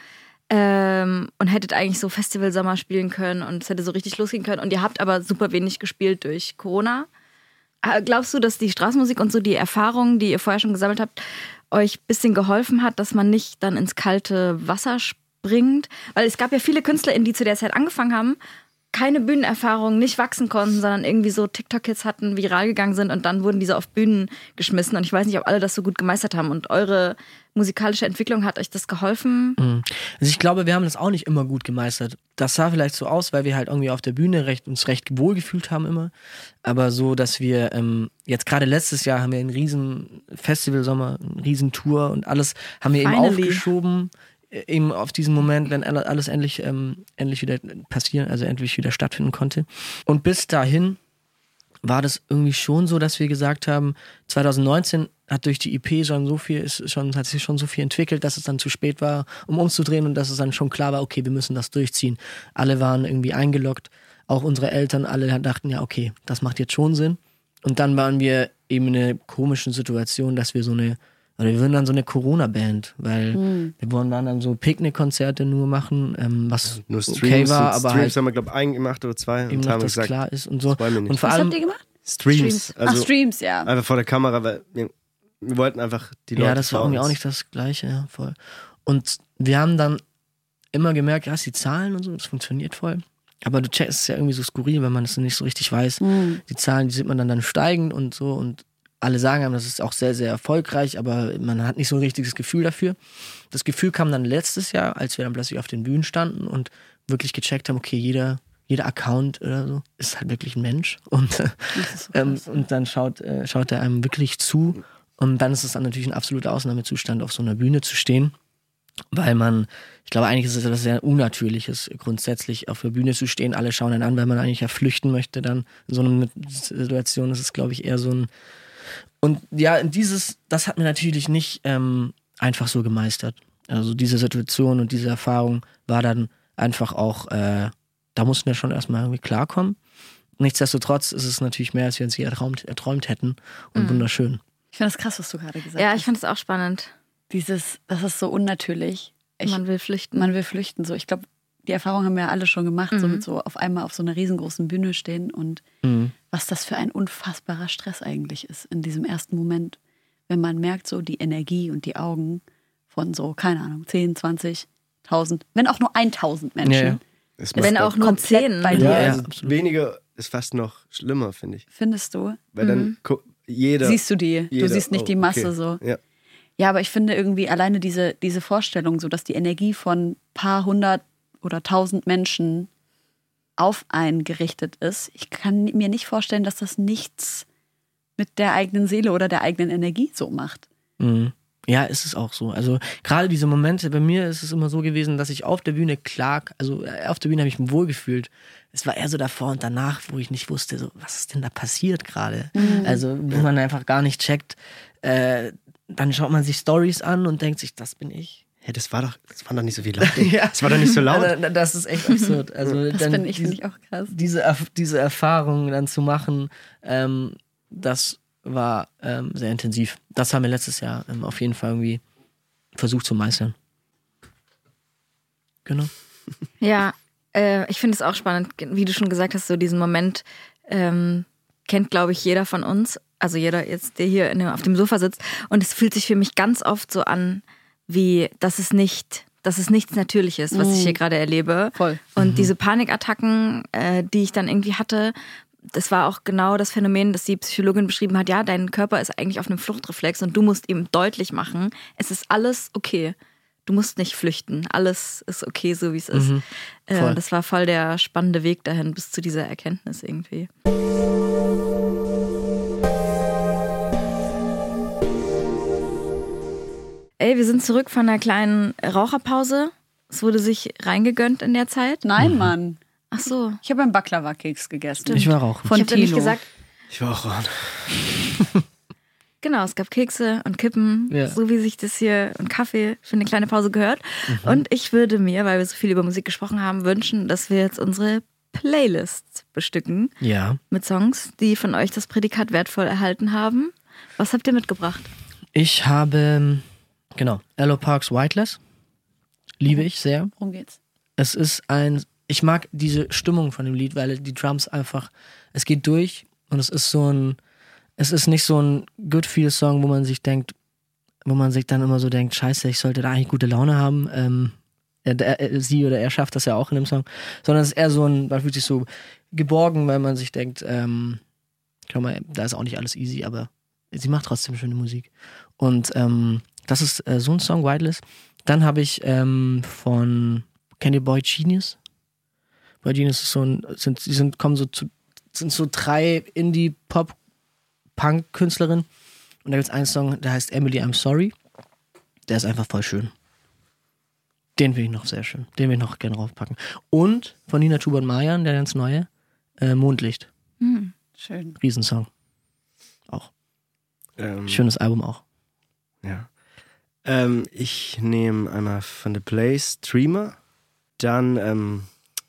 ähm, und hättet eigentlich so Festivalsommer spielen können und es hätte so richtig losgehen können und ihr habt aber super wenig gespielt durch Corona. Äh, Glaubst du, dass die Straßenmusik und so die Erfahrungen, die ihr vorher schon gesammelt habt, euch ein bisschen geholfen hat, dass man nicht dann ins kalte Wasser springt? Weil es gab ja viele KünstlerInnen, die zu der Zeit angefangen haben, keine Bühnenerfahrung, nicht wachsen konnten, sondern irgendwie so TikTok-Hits hatten, viral gegangen sind und dann wurden diese auf Bühnen geschmissen. Und ich weiß nicht, ob alle das so gut gemeistert haben. Und eure musikalische Entwicklung, hat euch das geholfen? Mhm. Also ich glaube, wir haben das auch nicht immer gut gemeistert. Das sah vielleicht so aus, weil wir halt irgendwie auf der Bühne recht, uns recht wohl gefühlt haben immer. Aber so, dass wir ähm, jetzt gerade letztes Jahr haben wir einen riesen Festivalsommer, eine riesen Tour und alles haben wir eben Finally. aufgeschoben. Eben auf diesen Moment, wenn alle- alles endlich, ähm, endlich wieder passieren, also endlich wieder stattfinden konnte. Und bis dahin war das irgendwie schon so, dass wir gesagt haben, zwanzig neunzehn hat durch die E P schon so viel, ist schon, hat sich schon so viel entwickelt, dass es dann zu spät war, um umzudrehen und dass es dann schon klar war, okay, wir müssen das durchziehen. Alle waren irgendwie eingeloggt, auch unsere Eltern, alle dachten, ja, okay, das macht jetzt schon Sinn. Und dann waren wir eben in einer komischen Situation, dass wir so eine Oder wir würden dann so eine Corona-Band, weil Mhm. wir wollen dann, dann so Picknick-Konzerte nur machen, ähm, was Nur Streams, okay war, aber Streams halt haben wir, glaube ich, einen gemacht oder zwei. eben Und noch haben das gesagt, klar ist und so. das wollen wir nicht. Und vor Was allem, habt ihr gemacht? Streams. Streams. Also Ach, Streams, ja. einfach vor der Kamera, weil wir, wir wollten einfach die Leute ja, das war vor irgendwie uns. auch nicht das Gleiche, ja, voll. Und wir haben dann immer gemerkt, ja, die Zahlen und so, das funktioniert voll. Aber du checkst, es ist ja irgendwie so skurril, wenn man das nicht so richtig weiß. Mhm. Die Zahlen, die sieht man dann, dann steigend und so und alle sagen einem, das ist auch sehr, sehr erfolgreich, aber man hat nicht so ein richtiges Gefühl dafür. Das Gefühl kam dann letztes Jahr, als wir dann plötzlich auf den Bühnen standen und wirklich gecheckt haben, okay, jeder, jeder Account oder so ist halt wirklich ein Mensch und, ähm, und dann schaut, äh, schaut er einem wirklich zu und dann ist es dann natürlich ein absoluter Ausnahmezustand, auf so einer Bühne zu stehen, weil man, ich glaube, eigentlich ist es etwas sehr Unnatürliches, grundsätzlich auf der Bühne zu stehen. Alle schauen einen an, weil man eigentlich ja flüchten möchte dann. In so einer Situation ist es, glaube ich, eher so ein. Und ja, dieses, das hat mir natürlich nicht ähm, einfach so gemeistert. Also diese Situation und diese Erfahrung war dann einfach auch, äh, da mussten wir schon erstmal irgendwie klarkommen. Nichtsdestotrotz ist es natürlich mehr, als wir uns je erträumt, erträumt hätten und Mhm. wunderschön. Ich finde das krass, was du gerade gesagt Ja, hast. ich fand es auch spannend. Dieses, das ist so unnatürlich. Ich, Man will flüchten. man will flüchten. So, ich glaube, die Erfahrung haben wir ja alle schon gemacht, so Mhm. mit so auf einmal auf so einer riesengroßen Bühne stehen und Mhm. was das für ein unfassbarer Stress eigentlich ist in diesem ersten Moment, wenn man merkt so die Energie und die Augen von so, keine Ahnung, zehn, zwanzig, tausend, wenn auch nur tausend Menschen. Ja, ja. Es Wenn macht auch nur komplett zehn. bei doch- dir. ja, Ja, also absolut. weniger ist fast noch schlimmer, finde ich. Findest du? Weil dann gu- jeder. Siehst du die? jeder, du siehst nicht oh, die Masse okay. so. Ja. Ja, aber ich finde irgendwie alleine diese, diese Vorstellung, so dass die Energie von paar hundert oder tausend Menschen auf einen gerichtet ist. Ich kann mir nicht vorstellen, dass das nichts mit der eigenen Seele oder der eigenen Energie so macht. Mhm. Ja, ist es auch so. Also gerade diese Momente, bei mir ist es immer so gewesen, dass ich auf der Bühne klar, also auf der Bühne habe ich mich wohl gefühlt. Es war eher so davor und danach, wo ich nicht wusste, so, was ist denn da passiert gerade? Mhm. Also wo man einfach gar nicht checkt, äh, dann schaut man sich Stories an und denkt sich, das bin ich. Hey, das war doch, das war doch nicht so viel laut. Ja. Das war doch nicht so laut. Also, das ist echt absurd. Also, das finde ich, find ich auch krass. Diese, diese Erfahrung dann zu machen, ähm, das war ähm, sehr intensiv. Das haben wir letztes Jahr ähm, auf jeden Fall irgendwie versucht zu meistern. Genau. Ja, äh, ich finde es auch spannend, wie du schon gesagt hast, so diesen Moment ähm, kennt, glaube ich, jeder von uns. Also jeder jetzt, der hier in dem, auf dem Sofa sitzt. Und es fühlt sich für mich ganz oft so an, wie, dass es nicht, dass es nichts Natürliches, was mm. ich hier gerade erlebe. Voll. Und mhm. diese Panikattacken, äh, die ich dann irgendwie hatte, das war auch genau das Phänomen, das die Psychologin beschrieben hat. Ja, dein Körper ist eigentlich auf einem Fluchtreflex und du musst ihm deutlich machen, es ist alles okay. Du musst nicht flüchten. Alles ist okay, so wie es ist. Mhm. Äh, das war voll der spannende Weg dahin, bis zu dieser Erkenntnis irgendwie. Ey, wir sind zurück von einer kleinen Raucherpause. Es wurde sich reingegönnt in der Zeit. Nein, mhm. Mann. Ach so. Ich habe einen Baklava-Keks gegessen. Ich war rauchen. Von ich habe nicht gesagt. Ich war auch rauchen. Genau, es gab Kekse und Kippen, ja. so wie sich das hier und Kaffee für eine kleine Pause gehört. Mhm. Und ich würde mir, weil wir so viel über Musik gesprochen haben, wünschen, dass wir jetzt unsere Playlist bestücken. Ja. Mit Songs, die von euch das Prädikat wertvoll erhalten haben. Was habt ihr mitgebracht? Ich habe, genau, Aloe Parks Whiteless. Liebe ich sehr. Worum geht's? Es ist ein, ich mag diese Stimmung von dem Lied, weil die Drums einfach, es geht durch und es ist so ein, es ist nicht so ein Good-Feel-Song, wo man sich denkt, wo man sich dann immer so denkt, scheiße, ich sollte da eigentlich gute Laune haben. Ähm, er, er, sie oder er schafft das ja auch in dem Song. Sondern es ist eher so ein, man fühlt sich so geborgen, weil man sich denkt, ähm, schau mal, da ist auch nicht alles easy, aber sie macht trotzdem schöne Musik. Und ähm, das ist äh, so ein Song, Whiteless. Dann habe ich ähm, von, kennt ihr Boy Genius? Boy Genius ist so ein, sind, die sind, kommen so zu, sind so drei Indie-Pop- Punk-Künstlerin und da gibt es einen Song, der heißt Emily, I'm Sorry. Der ist einfach voll schön. Den will ich noch sehr schön. Den will ich noch gerne draufpacken. Und von Nina Chuba und Mayan, der ganz neue, äh, Mondlicht. Hm, schön. Riesensong. Auch. Ähm, Schönes Album auch. Ja. Ähm, ich nehme einmal von The Place Dreamer, dann ähm,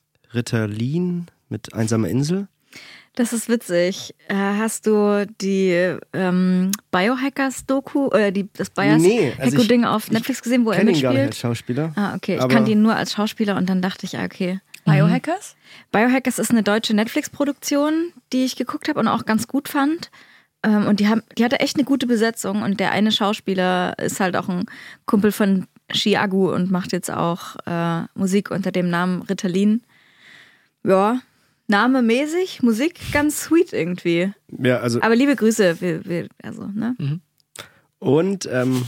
Ritalin mit Einsame Insel. Das ist witzig. Hast du die ähm, Biohackers-Doku, äh, die, das Biohackers-Ding nee, also auf Netflix gesehen, wo er mitspielt? mitspielt? Ich kenne ihn gar nicht als Schauspieler. Ah, okay. Ich kannte ihn nur als Schauspieler und dann dachte ich, ah, okay. Biohackers? Biohackers ist eine deutsche Netflix-Produktion, die ich geguckt habe und auch ganz gut fand. Ähm, und die, haben, die hatte echt eine gute Besetzung und der eine Schauspieler ist halt auch ein Kumpel von Chiagu und macht jetzt auch äh, Musik unter dem Namen Ritalin. Ja, Name mäßig, Musik ganz sweet irgendwie. Ja, also. Aber liebe Grüße, wir, wir, also, ne? Mhm. Und ähm,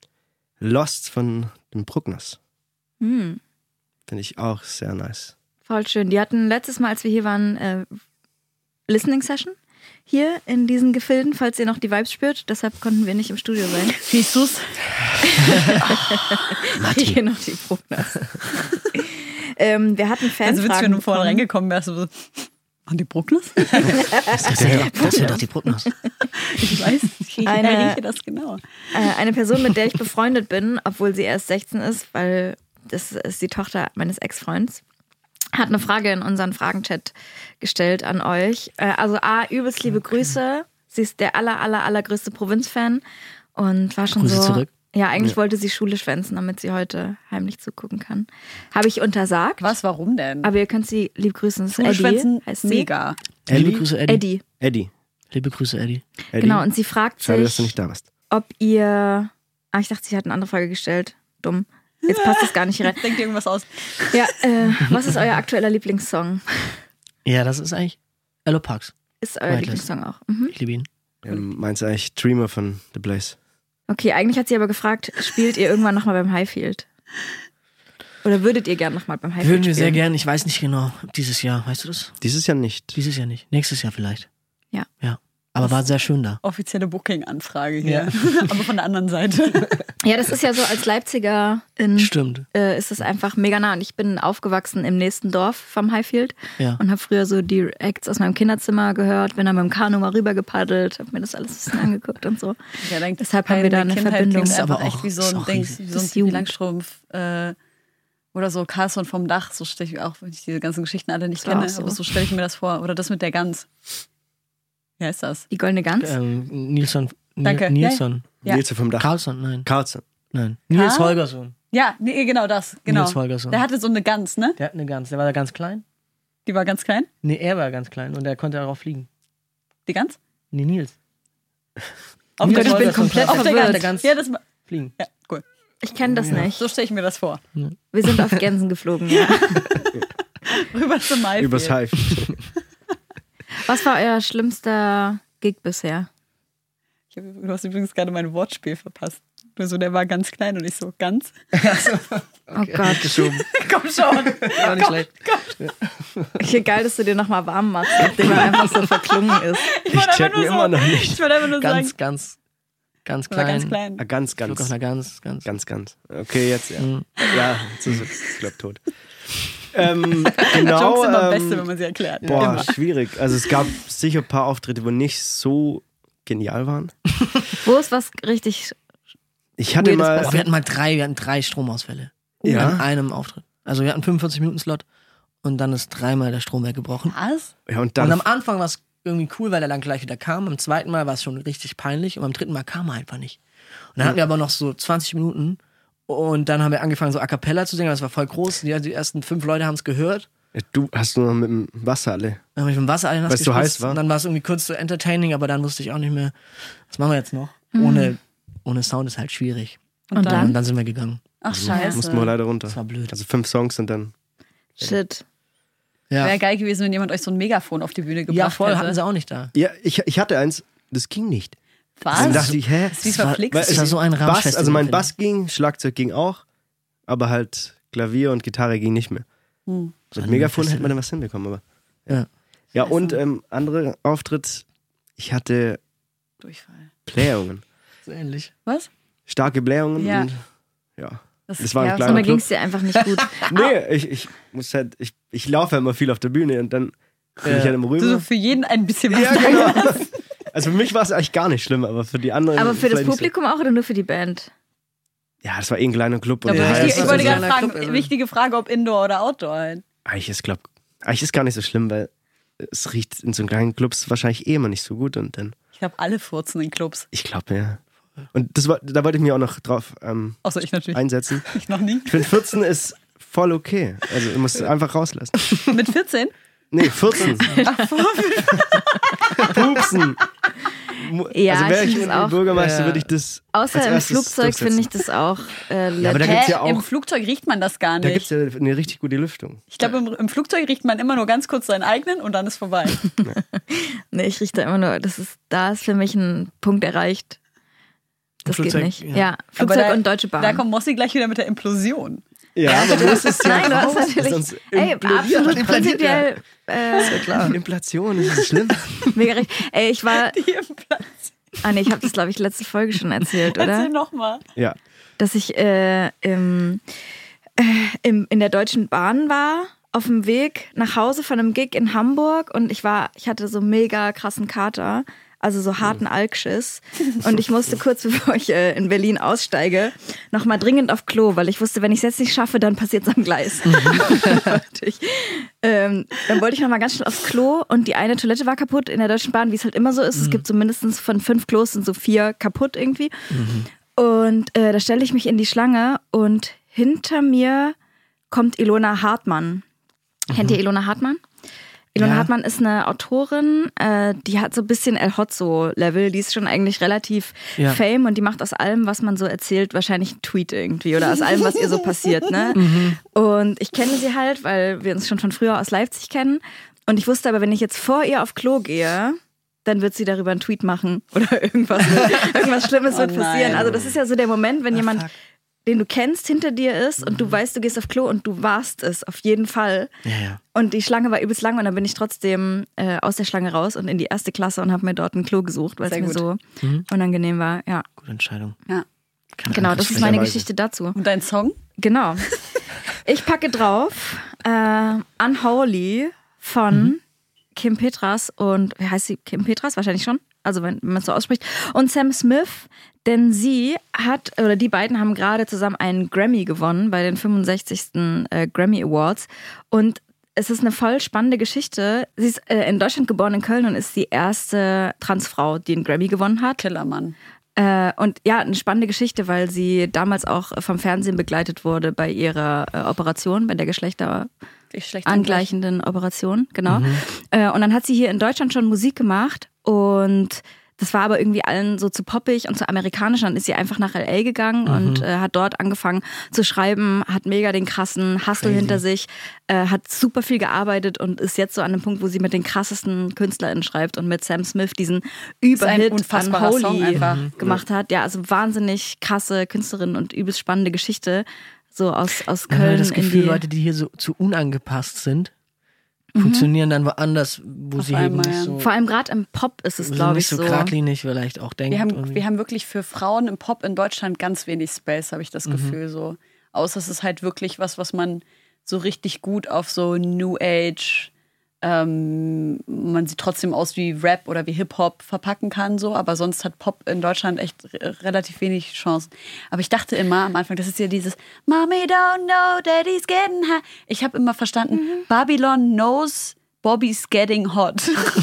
Lost von dem Bruckners. Hm. Finde ich auch sehr nice. Voll schön. Die hatten letztes Mal, als wir hier waren, äh, Listening Session hier in diesen Gefilden, falls ihr noch die Vibes spürt. Deshalb konnten wir nicht im Studio sein. Siehst du's? Hier noch die Bruckners. Ähm, wir hatten Fanfragen. Also witzig, wenn du vorne reingekommen wärst, so, an die Bruckners? Das sind ja, das sind doch die Bruckners. Ich weiß, ich eine, rieche das genau. Äh, eine Person, mit der ich befreundet bin, obwohl sie erst sechzehn ist, weil das ist die Tochter meines Ex-Freunds, hat eine Frage in unseren Fragenchat gestellt an euch. Äh, also A, übelst liebe okay. Grüße. Sie ist der aller, aller, allergrößte Provinz-Fan und war schon Grüße so... zurück. Ja, eigentlich ja. wollte sie Schule schwänzen, damit sie heute heimlich zugucken kann. Habe ich untersagt. Was, warum denn? Aber ihr könnt sie lieb grüßen. Das ist Schule schwänzen, Eddie, heißt sie. mega. Liebe Grüße, Eddie. Eddie. Eddie. Liebe Grüße, Eddie. Eddie. Genau, und sie fragt Schade, dass du sich, nicht da warst. ob ihr... Ah, ich dachte, sie hat eine andere Frage gestellt. Dumm. Jetzt passt das gar nicht rein. Denkt irgendwas aus. Ja, äh, was ist euer aktueller Lieblingssong? Ja, das ist eigentlich Aloe Parks. Ist euer Whiteless. Lieblingssong auch. Mhm. Ich liebe ihn. Ja, meinst du eigentlich Dreamer von The Blaze? Okay, eigentlich hat sie aber gefragt, spielt ihr irgendwann nochmal beim Highfield? Oder würdet ihr gern nochmal beim Highfield Würden wir spielen? sehr gern, ich weiß nicht genau, dieses Jahr, weißt du das? Dieses Jahr nicht. Dieses Jahr nicht. Nächstes Jahr vielleicht. Ja. Ja. Aber war sehr schön da. Offizielle Booking-Anfrage hier. Aber von der anderen Seite. Ja, das ist ja so als Leipziger in, Stimmt. äh, ist es einfach mega nah. Und ich bin aufgewachsen im nächsten Dorf vom Highfield Ja. und habe früher so die Acts aus meinem Kinderzimmer gehört, bin dann mit dem Kanu mal rüber gepaddelt, habe mir das alles ein bisschen angeguckt und so. Ja, denke, Deshalb haben wir da eine Verbindung. Ist aber aber echt auch- wie so ist ein auch Ding, riesig. wie so Das ein ist Pippi Jugend. Langstrumpf äh, oder so Carlson vom Dach. So stelle ich mir auch, wenn ich diese ganzen Geschichten alle nicht Das war kenne, auch so. aber so stelle ich mir das vor. Oder das mit der Gans. Wie heißt das? Die goldene Gans? Ähm, Nilsson. Ni- Danke. Nilsson. Ja. Nils vom Dach. Carlson, nein. Carlson. Nein. Nils Karl? Holgersson. Ja, nee, genau das. Genau. Nils Holgersson. Der hatte so eine Gans, ne? Der hat eine Gans. Der war da ganz klein. Die war ganz klein. Nee, er war ganz klein und der konnte darauf fliegen. Die Gans? Nee, Nils. Auf Nils der Gans. Holgersson komplett konnte Auf der verwirrt. Gans. der Gans Ja, das fliegen. ja, cool. Ich kenne das nicht. So stelle ich mir das vor. Wir sind auf Gänsen geflogen, ja. Rüber zum Mai. Übers Hive. Was war euer schlimmster Gig bisher? Ich hab, du hast übrigens gerade mein Wortspiel verpasst. Du so, der war ganz klein und ich so, ganz? Oh Gott. Geschoben. Komm schon. War nicht schlecht. Okay, geil, dass du dir nochmal warm machst, nachdem er einfach so verklungen ist. Ich wollte check einfach nur ihn so, immer noch nicht. Ich wollte einfach nur Ganz, sagen, ganz, ganz der war klein. ganz klein. Ah, ganz, Flug auf ganz. einer Gans. Ganz. Ganz, ganz. Okay, jetzt, ja. Mhm. Ja, jetzt ist es, glaub, tot. Ähm, Jokes genau. sind immer am ähm, besten, wenn man sie erklärt. Boah, Immer. schwierig. Also es gab sicher ein paar Auftritte, wo nicht so genial waren. Wo ist was richtig... Ich hatte Weirdes mal... Aber wir hatten mal drei, wir hatten drei Stromausfälle. Ja? An einem Auftritt. Also wir hatten fünfundvierzig Minuten Slot und dann ist dreimal der Strom weggebrochen. Was? Ja, und Und dann... am Anfang war es irgendwie cool, weil er dann gleich wieder kam. Am zweiten Mal war es schon richtig peinlich und beim dritten Mal kam er einfach nicht. Und dann hatten wir aber noch so zwanzig Minuten und dann haben wir angefangen so A Cappella zu singen, das war voll groß. Die, die ersten fünf Leute haben es gehört. Ja, du hast nur noch mit dem Wasser alle. Dann habe ich mit dem Wasser alle nass Weil's so gespritzt heiß war? und dann war es irgendwie kurz so entertaining, aber dann wusste ich auch nicht mehr, was machen wir jetzt noch? Ohne, ohne Sound ist halt schwierig. Und Und dann? dann sind wir gegangen. Ach, Mussten wir scheiße. leider runter. Das war blöd. Also fünf Songs und dann... Shit. Ja, Wäre geil gewesen, wenn jemand euch so ein Megafon auf die Bühne gebracht ja voll, hatten hätte. sie auch nicht da. Ja, ich, ich hatte eins, das ging nicht. Was? Dann dachte ich, hä? Das ist wie Das war- verflixt. Weil Das war so ein Bass, Ramschfestival, also mein finde ich. Bass ging, Schlagzeug ging auch, aber halt Klavier und Gitarre ging nicht mehr. Hm. Mit Megafon hätte man dann was hinbekommen, aber... Ja. Ja, und ähm, andere Auftritt, ich hatte Durchfall. Blähungen. So ähnlich. Was? Starke Blähungen Ja. und ja. Das, Das war ein ja, kleiner Und da Club. ging es dir einfach nicht gut. Nee, ich, ich muss halt, ich, ich laufe ja immer viel auf der Bühne und dann bin ich halt immer Du so rüber. für jeden ein bisschen was Ja, sagen genau. hast. Also für mich war es eigentlich gar nicht schlimm, aber für die anderen. Aber für das vielleicht nicht Publikum auch oder nur für die Band? So. Ja, das war eh ein kleiner Club. Und Aber Ja, der wichtig, das ich ist wollte so gerade ein fragen, Club, also- wichtige Frage, ob Indoor oder Outdoor. Halt. eigentlich ist, glaub, eigentlich ist gar nicht so schlimm, weil es riecht in so kleinen Clubs wahrscheinlich eh immer nicht so gut und dann, Ich glaube, alle furzen in Clubs. ich glaube, ja. Und das war, da wollte ich mich auch noch drauf ähm, Außer ich natürlich. einsetzen. Ich noch nie. Ich finde vierzehn ist voll okay. Also du musst es einfach rauslassen. Mit vierzehn? Nee, vierzehn. Pupsen. Mu- Ja, also wäre ich ich, find das auch- Bürgermeister, Ja. würde ich das Außer als im erstes Flugzeug durchsetzen. finde ich das auch äh, Ja, aber da legit. gibt's ja auch, Im Flugzeug riecht man das gar da nicht. gibt's ja eine richtig gute Lüftung. Ich glaube, im, im Flugzeug riecht man immer nur ganz kurz seinen eigenen und dann ist vorbei. Nee, ich rieche da immer nur, das ist, da ist für mich ein Punkt erreicht. Das Im geht Flugzeug, nicht. ja. Ja, Flugzeug da, und Deutsche Bahn. Da kommt Mossi gleich wieder mit der Implosion. Ja, aber du musst es ja Nein, du hast raus, natürlich. sonst Ey, implodiert- absolut implodiert prinzipiell äh, Klar, Inflation, ist das schlimm? mega recht. Ey, ich war. Die Implosion. Ah, nee, ich habe das, glaube ich, letzte Folge schon erzählt, oder? Erzähl nochmal. Ja. Dass ich äh, im, äh, im, in der Deutschen Bahn war, auf dem Weg nach Hause von einem Gig in Hamburg und ich war, ich hatte so mega krassen Kater, also so harten Alkschiss und ich musste kurz bevor ich äh, in Berlin aussteige, nochmal dringend auf Klo, weil ich wusste, wenn ich es jetzt nicht schaffe, dann passiert es am Gleis. Und ich, ähm, dann wollte ich nochmal ganz schnell aufs Klo und die eine Toilette war kaputt in der Deutschen Bahn, wie es halt immer so ist. Es gibt so mindestens von fünf Klos sind so vier kaputt irgendwie. Und äh, da stelle ich mich in die Schlange und hinter mir kommt Ilona Hartmann. Kennt ihr Ilona Hartmann? Ilona Ja. Hartmann ist eine Autorin, äh, die hat so ein bisschen El Hotzo-Level. Die ist schon eigentlich relativ Ja. fame und die macht aus allem, was man so erzählt, wahrscheinlich einen Tweet irgendwie oder aus allem, was ihr so passiert. Ne? Und ich kenne sie halt, weil wir uns schon von früher aus Leipzig kennen. Und ich wusste aber, wenn ich jetzt vor ihr auf Klo gehe, dann wird sie darüber einen Tweet machen oder irgendwas, irgendwas Schlimmes Oh wird passieren. nein. Also das ist ja so der Moment, wenn Ah, jemand fuck. den du kennst, hinter dir ist und du weißt, du gehst auf Klo und du warst es, auf jeden Fall. Ja, ja. Und die Schlange war übelst lang und dann bin ich trotzdem äh, aus der Schlange raus und in die erste Klasse und habe mir dort ein Klo gesucht, weil es mir gut. so Mhm. unangenehm war. Ja, Gute Entscheidung. Ja. Keine genau, Ahnung, das ist vielleicht- meine Weise. Geschichte dazu. Und dein Song? Genau. Ich packe drauf äh, Unholy von Mhm. Kim Petras und, wie heißt sie? Kim Petras? Wahrscheinlich schon. Also wenn, wenn man es so ausspricht. Und Sam Smith, denn sie hat, oder die beiden haben gerade zusammen einen Grammy gewonnen bei den fünfundsechzigsten Äh, Grammy Awards. Und es ist eine voll spannende Geschichte. Sie ist äh, in Deutschland geboren, in Köln und ist die erste Transfrau, die einen Grammy gewonnen hat. Killermann. Äh, und ja, eine spannende Geschichte, weil sie damals auch vom Fernsehen begleitet wurde bei ihrer äh, Operation, bei der Geschlechter Ich schlecht angleichenden Operation, genau. Äh, und dann hat sie hier in Deutschland schon Musik gemacht und das war aber irgendwie allen so zu poppig und zu amerikanisch. Dann ist sie einfach nach L A gegangen Mhm. und äh, hat dort angefangen zu schreiben, hat mega den krassen Hustle Crazy. hinter sich, äh, hat super viel gearbeitet und ist jetzt so an dem Punkt, wo sie mit den krassesten KünstlerInnen schreibt und mit Sam Smith diesen Überhit unfassbarer Unholy Song einfach. gemacht hat. Ja, also wahnsinnig krasse Künstlerin und übelst spannende Geschichte. So aus, aus Man hat Köln das in Gefühl, die... Leute, die hier so zu unangepasst sind, funktionieren dann woanders, wo Auf sie eben einmal, nicht ja. so, Vor allem gerade im Pop ist es, wo sie glaube nicht ich, so so. geradlinig vielleicht auch denkt. Wir haben, irgendwie. wir haben wirklich für Frauen im Pop in Deutschland ganz wenig Space, habe ich das Gefühl. So. Außer es ist halt wirklich was, was man so richtig gut auf so New Age, ähm, man sieht trotzdem aus wie Rap oder wie Hip-Hop verpacken kann, so, aber sonst hat Pop in Deutschland echt r- relativ wenig Chancen. Aber ich dachte immer am Anfang, das ist ja dieses Mommy don't know daddy's getting high. Ich habe immer verstanden, Babylon knows Bobby's getting hot.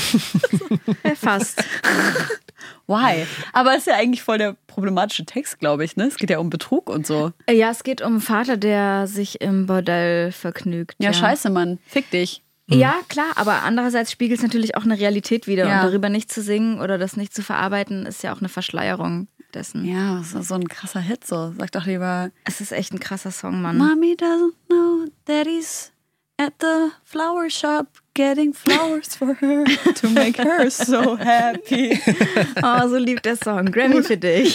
Ja, fast. Why? Aber es ist ja eigentlich voll der problematische Text, glaube ich, ne? Es geht ja um Betrug und so. Ja, es geht um einen Vater, der sich im Bordell vergnügt. Ja, scheiße, Mann. Fick dich. Ja, klar, aber andererseits spiegelt es natürlich auch eine Realität wider. Ja. Und darüber nicht zu singen oder das nicht zu verarbeiten, ist ja auch eine Verschleierung dessen. Ja, das ist so ein krasser Hit, so. Sag doch lieber, Es ist echt ein krasser Song, Mann. Mommy doesn't know daddy's at the flower shop getting flowers for her to make her so happy. Oh, so liebt der Song. Grammy für dich.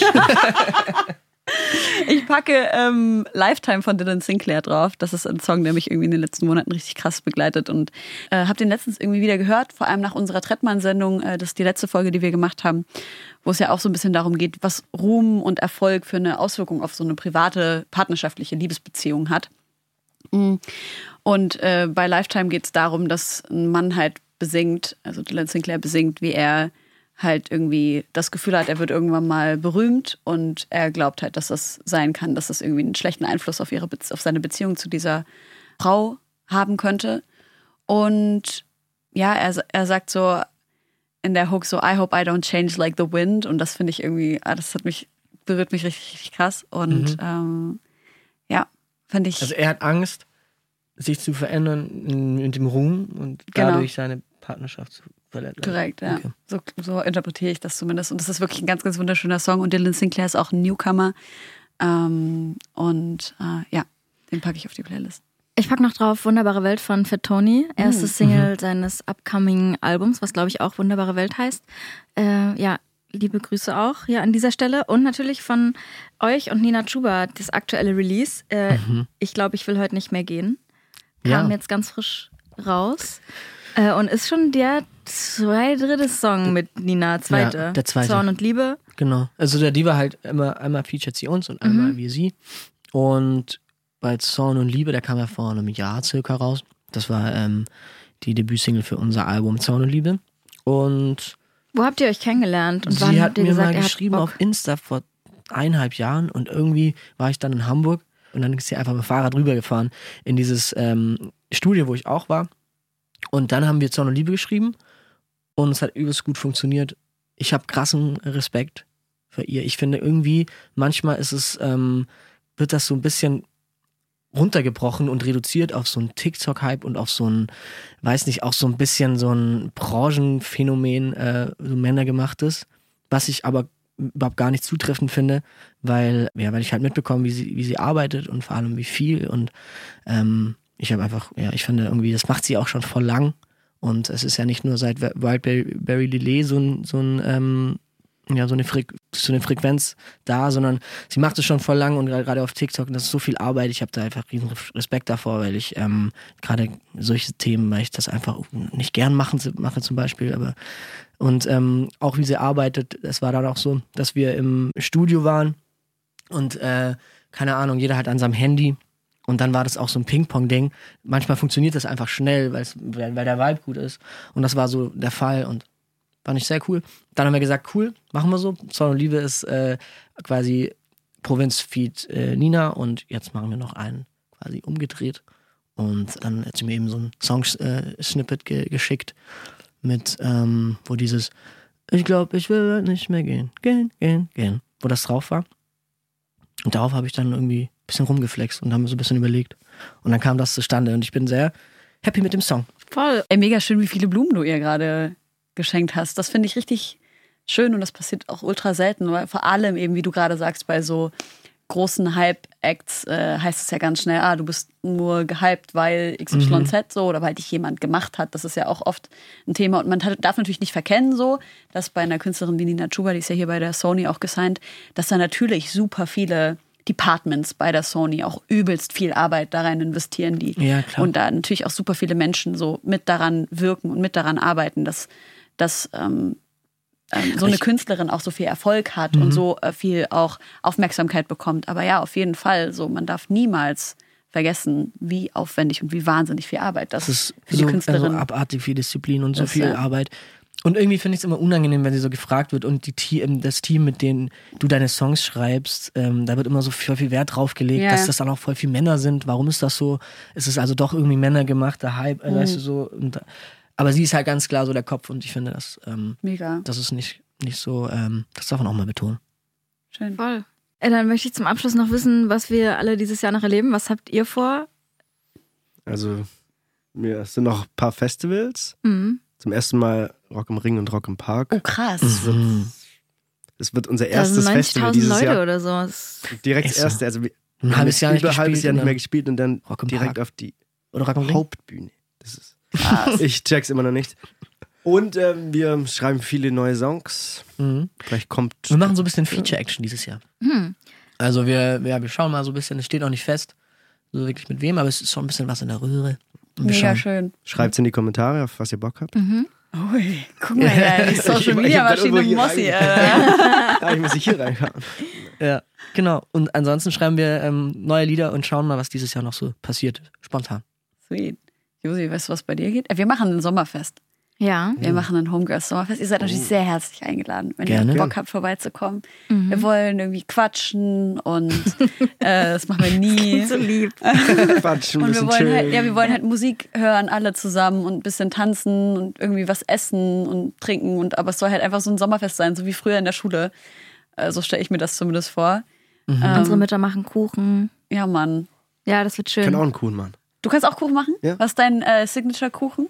Ich packe ähm, Lifetime von Dylan Sinclair drauf. Das ist ein Song, der mich irgendwie in den letzten Monaten richtig krass begleitet und äh, habe den letztens irgendwie wieder gehört, vor allem nach unserer Trettmann-Sendung. Äh, das ist die letzte Folge, die wir gemacht haben, wo es ja auch so ein bisschen darum geht, was Ruhm und Erfolg für eine Auswirkung auf so eine private, partnerschaftliche Liebesbeziehung hat. Und äh, bei Lifetime geht es darum, dass ein Mann halt besingt, also Dylan Sinclair besingt, wie er halt irgendwie das Gefühl hat, er wird irgendwann mal berühmt und er glaubt halt, dass das sein kann, dass das irgendwie einen schlechten Einfluss auf ihre Be- auf seine Beziehung zu dieser Frau haben könnte. Und ja, er, er sagt so in der Hook so, I hope I don't change like the wind. Und das finde ich irgendwie, ah, das hat mich, berührt mich richtig, richtig krass. Und Mhm. ähm, ja, finde ich. Also er hat Angst, sich zu verändern mit dem Ruhm und Genau. dadurch seine Partnerschaft zu verletzen. Korrekt, ja. Okay. So, so interpretiere ich das zumindest. Und das ist wirklich ein ganz, ganz wunderschöner Song. Und Dylan Sinclair ist auch ein Newcomer. Ähm, und äh, ja, den packe ich auf die Playlist. Ich pack noch drauf Wunderbare Welt von Fat Tony. Erstes Mhm. Single seines upcoming Albums, was glaube ich auch Wunderbare Welt heißt. Äh, ja, liebe Grüße auch hier an dieser Stelle. Und natürlich von euch und Nina Chuba, das aktuelle Release. Äh, Mhm. Ich glaube, ich will heute nicht mehr gehen. Ja. Kam jetzt ganz frisch raus. Äh, und ist schon der zwei dritte Song mit Nina, zweite. Ja, der zweite. Zorn und Liebe. Genau. Also der, die war halt immer, einmal featured sie uns und einmal Mhm. wir sie. Und bei Zorn und Liebe, der kam ja vor einem Jahr circa raus. Das war ähm, die Debütsingle für unser Album Zorn und Liebe. Und Wo habt ihr euch kennengelernt? Und sie wann hat habt ihr mir gesagt, mal ihr habt geschrieben Bock? auf Insta vor eineinhalb Jahren und irgendwie war ich dann in Hamburg und dann ist sie einfach mit dem Fahrrad rübergefahren in dieses ähm, Studio, wo ich auch war. Und dann haben wir Zorn und Liebe geschrieben und es hat übelst gut funktioniert. Ich habe krassen Respekt für ihr. Ich finde irgendwie, manchmal ist es, ähm, wird das so ein bisschen runtergebrochen und reduziert auf so einen TikTok-Hype und auf so ein, weiß nicht, auch so ein bisschen so ein Branchenphänomen, äh, so männergemachtes, was ich aber überhaupt gar nicht zutreffend finde, weil, ja, weil ich halt mitbekomme, wie sie, wie sie arbeitet und vor allem wie viel und ähm, ich habe einfach, ja, ich finde irgendwie, das macht sie auch schon voll lang und es ist ja nicht nur seit Wildberry Lillet so ein, so ein ähm, ja, so eine, Fre- so eine Frequenz da, sondern sie macht es schon voll lang und gerade auf TikTok, das ist so viel Arbeit, ich habe da einfach riesen Respekt davor, weil ich ähm, gerade solche Themen, weil ich das einfach nicht gern machen, mache zum Beispiel, aber und ähm, auch wie sie arbeitet, es war dann auch so, dass wir im Studio waren und äh, keine Ahnung, jeder hat an seinem Handy und dann war das auch so ein Ping-Pong-Ding. Manchmal funktioniert das einfach schnell, weil weil der Vibe gut ist und das war so der Fall und fand ich sehr cool. Dann haben wir gesagt, cool, machen wir so. Zorn und Liebe ist äh, quasi Provinz-Feed äh, Nina und jetzt machen wir noch einen quasi umgedreht und dann hat sie mir eben so ein Song-Snippet ge- geschickt mit, ähm, wo dieses ich glaube, ich will nicht mehr gehen, gehen, gehen, gehen, wo das drauf war. Und darauf habe ich dann irgendwie ein bisschen rumgeflext und haben so ein bisschen überlegt. Und dann kam das zustande und ich bin sehr happy mit dem Song. Voll. Ey, mega schön, wie viele Blumen du ihr gerade geschenkt hast. Das finde ich richtig schön und das passiert auch ultra selten, weil vor allem eben, wie du gerade sagst, bei so großen Hype-Acts äh, heißt es ja ganz schnell, ah, du bist nur gehypt, weil X Y Z mhm. so oder weil dich jemand gemacht hat. Das ist ja auch oft ein Thema und man darf natürlich nicht verkennen so, dass bei einer Künstlerin wie Nina Chuba, die ist ja hier bei der Sony auch gesigned, dass da natürlich super viele Departments bei der Sony auch übelst viel Arbeit da rein investieren, die ja, klar. und da natürlich auch super viele Menschen so mit daran wirken und mit daran arbeiten, dass dass ähm, ähm, so eine Künstlerin auch so viel Erfolg hat mhm. und so äh, viel auch Aufmerksamkeit bekommt. Aber ja, auf jeden Fall, so man darf niemals vergessen, wie aufwendig und wie wahnsinnig viel Arbeit das, das ist für die so, Künstlerin. Also abartig viel Disziplin und so das, viel ja. Arbeit. Und irgendwie finde ich es immer unangenehm, wenn sie so gefragt wird und die Team, das Team, mit dem du deine Songs schreibst, ähm, da wird immer so voll viel Wert drauf gelegt, ja. dass das dann auch voll viel Männer sind. Warum ist das so? Es ist also doch irgendwie männergemachter Hype, äh, mhm. weißt du so. Und, aber sie ist halt ganz klar so der Kopf und ich finde das, ähm, mega. Das ist nicht, nicht so, ähm, das darf man auch mal betonen. Schön. Voll. Äh, dann möchte ich zum Abschluss noch wissen, was wir alle dieses Jahr noch erleben. Was habt ihr vor? Also, ja, es sind noch ein paar Festivals. Mhm. Zum ersten Mal Rock im Ring und Rock im Park. Oh, krass. Das wird, das wird unser erstes da sind Festival neunzigtausend dieses Leute Jahr. oder so. Das Direkt Ist das so. erste. Also wir Ein haben halbes jetzt Jahr nicht über ein halbes gespielt Jahr und nicht mehr dann gespielt und dann Rock im direkt Park. auf die Oder Rock im Ring? Hauptbühne. Das ist, ich check's immer noch nicht. Und ähm, wir schreiben viele neue Songs. Mhm. Vielleicht kommt. Wir machen so ein bisschen Feature-Action dieses Jahr. Hm. Also wir, ja, wir schauen mal so ein bisschen, es steht noch nicht fest, so wirklich mit wem, aber es ist schon ein bisschen was in der Röhre. Und wir Mega schauen. schön. Schreibt's in die Kommentare, auf was ihr Bock habt. Mhm. Ui, guck mal, ja, die Social Ich- ich Media hab grad Maschine irgendwo hier Mossi, rein- Alter. Ah, ich muss ich hier reinhauen. Ja, genau. Und ansonsten schreiben wir ähm, neue Lieder und schauen mal, was dieses Jahr noch so passiert. Spontan. Sweet. Josi, weißt du, was bei dir geht? Wir machen ein Sommerfest. Ja. Wir machen ein Homegirls Sommerfest. Ihr seid natürlich sehr herzlich eingeladen, wenn Gerne. ihr Bock habt, vorbeizukommen. Mhm. Wir wollen irgendwie quatschen und äh, das machen wir nie. So lieb. Quatsch, ein Und wir bisschen wollen chillen. halt, ja, wir wollen halt Musik hören, alle zusammen und ein bisschen tanzen und irgendwie was essen und trinken. Und aber es soll halt einfach so ein Sommerfest sein, so wie früher in der Schule. Äh, so stelle ich mir das zumindest vor. Mhm. Ähm, Unsere Mütter machen Kuchen. Ja, Mann. Ja, das wird Ich schön. kann auch einen Kuchen machen. Du kannst auch Kuchen machen? Ja. Was ist dein äh, Signature-Kuchen?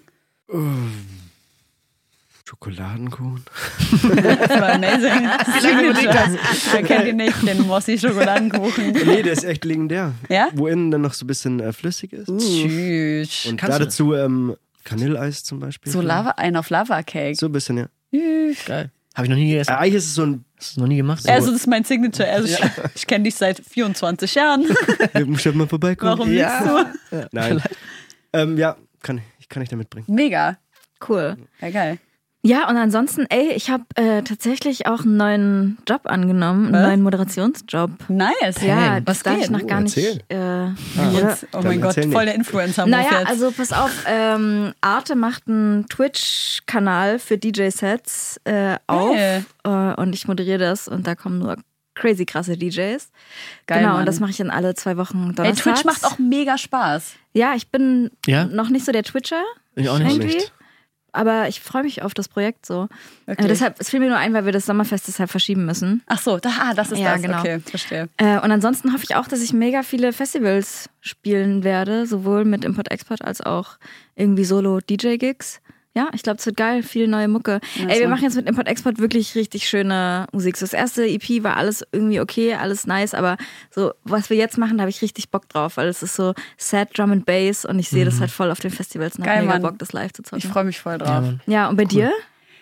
Schokoladenkuchen. Das war amazing. Signature. Wer kennt ihn nicht, den Mossi-Schokoladenkuchen. Nee, der ist echt legendär. Ja? Wo innen dann noch so ein bisschen äh, flüssig ist. Tschüss. Und Kannst da du? dazu ähm, Vanilleeis zum Beispiel. So Lava, ein auf Lava-Cake. So ein bisschen, ja. Tschüss. Geil. Habe ich noch nie gegessen. Äh, eigentlich ist es so ein. Hast du noch nie gemacht? Also das ist mein Signature. Also ich, ich kenne dich seit vierundzwanzig Jahren. Wir müssen mal vorbeikommen. Warum Ja. liegst du? Nein. ähm, ja, kann ich, kann ich da mitbringen. Mega. Cool. Ja, geil. Ja, und ansonsten, ey, ich habe äh, tatsächlich auch einen neuen Job angenommen, einen Was? neuen Moderationsjob. Nice. Ja, was das darf geht? ich noch gar Oh, nicht. erzähl. Äh, Ah. Jetzt, oh Dann mein Gott, erzähl voll nicht. der Influencer-Move Naja, jetzt. also pass auf, ähm, Arte macht einen Twitch-Kanal für D J-Sets äh, auf Geil. äh, und ich moderiere das und da kommen nur crazy krasse D Js. Geil, genau, Mann. und das mache ich dann alle zwei Wochen Ey, donnerstags. Twitch macht auch mega Spaß. Ja, ich bin Ja? noch nicht so der Twitcher Ich auch nicht. irgendwie, nicht. aber ich freue mich auf das Projekt so. Okay. Äh, deshalb, es fiel mir nur ein, weil wir das Sommerfest deshalb verschieben müssen. Ach so, da, ah, das ist Ja, das. genau. Okay, verstehe. Äh, und ansonsten hoffe ich auch, dass ich mega viele Festivals spielen werde, sowohl mit Import-Export als auch irgendwie Solo-D J-Gigs. Ja, ich glaube, es wird geil, viel neue Mucke. Ja, Ey, wir so. machen jetzt mit Import-Export wirklich richtig schöne Musik. So das erste E P war alles irgendwie okay, alles nice, aber so, was wir jetzt machen, da habe ich richtig Bock drauf, weil es ist so Sad Drum and Bass und ich sehe das halt voll auf den Festivals und Geil, habe mega Mann. Bock, das live zu zocken. Ich freue mich voll Ja, drauf. Mann. Ja, und bei dir?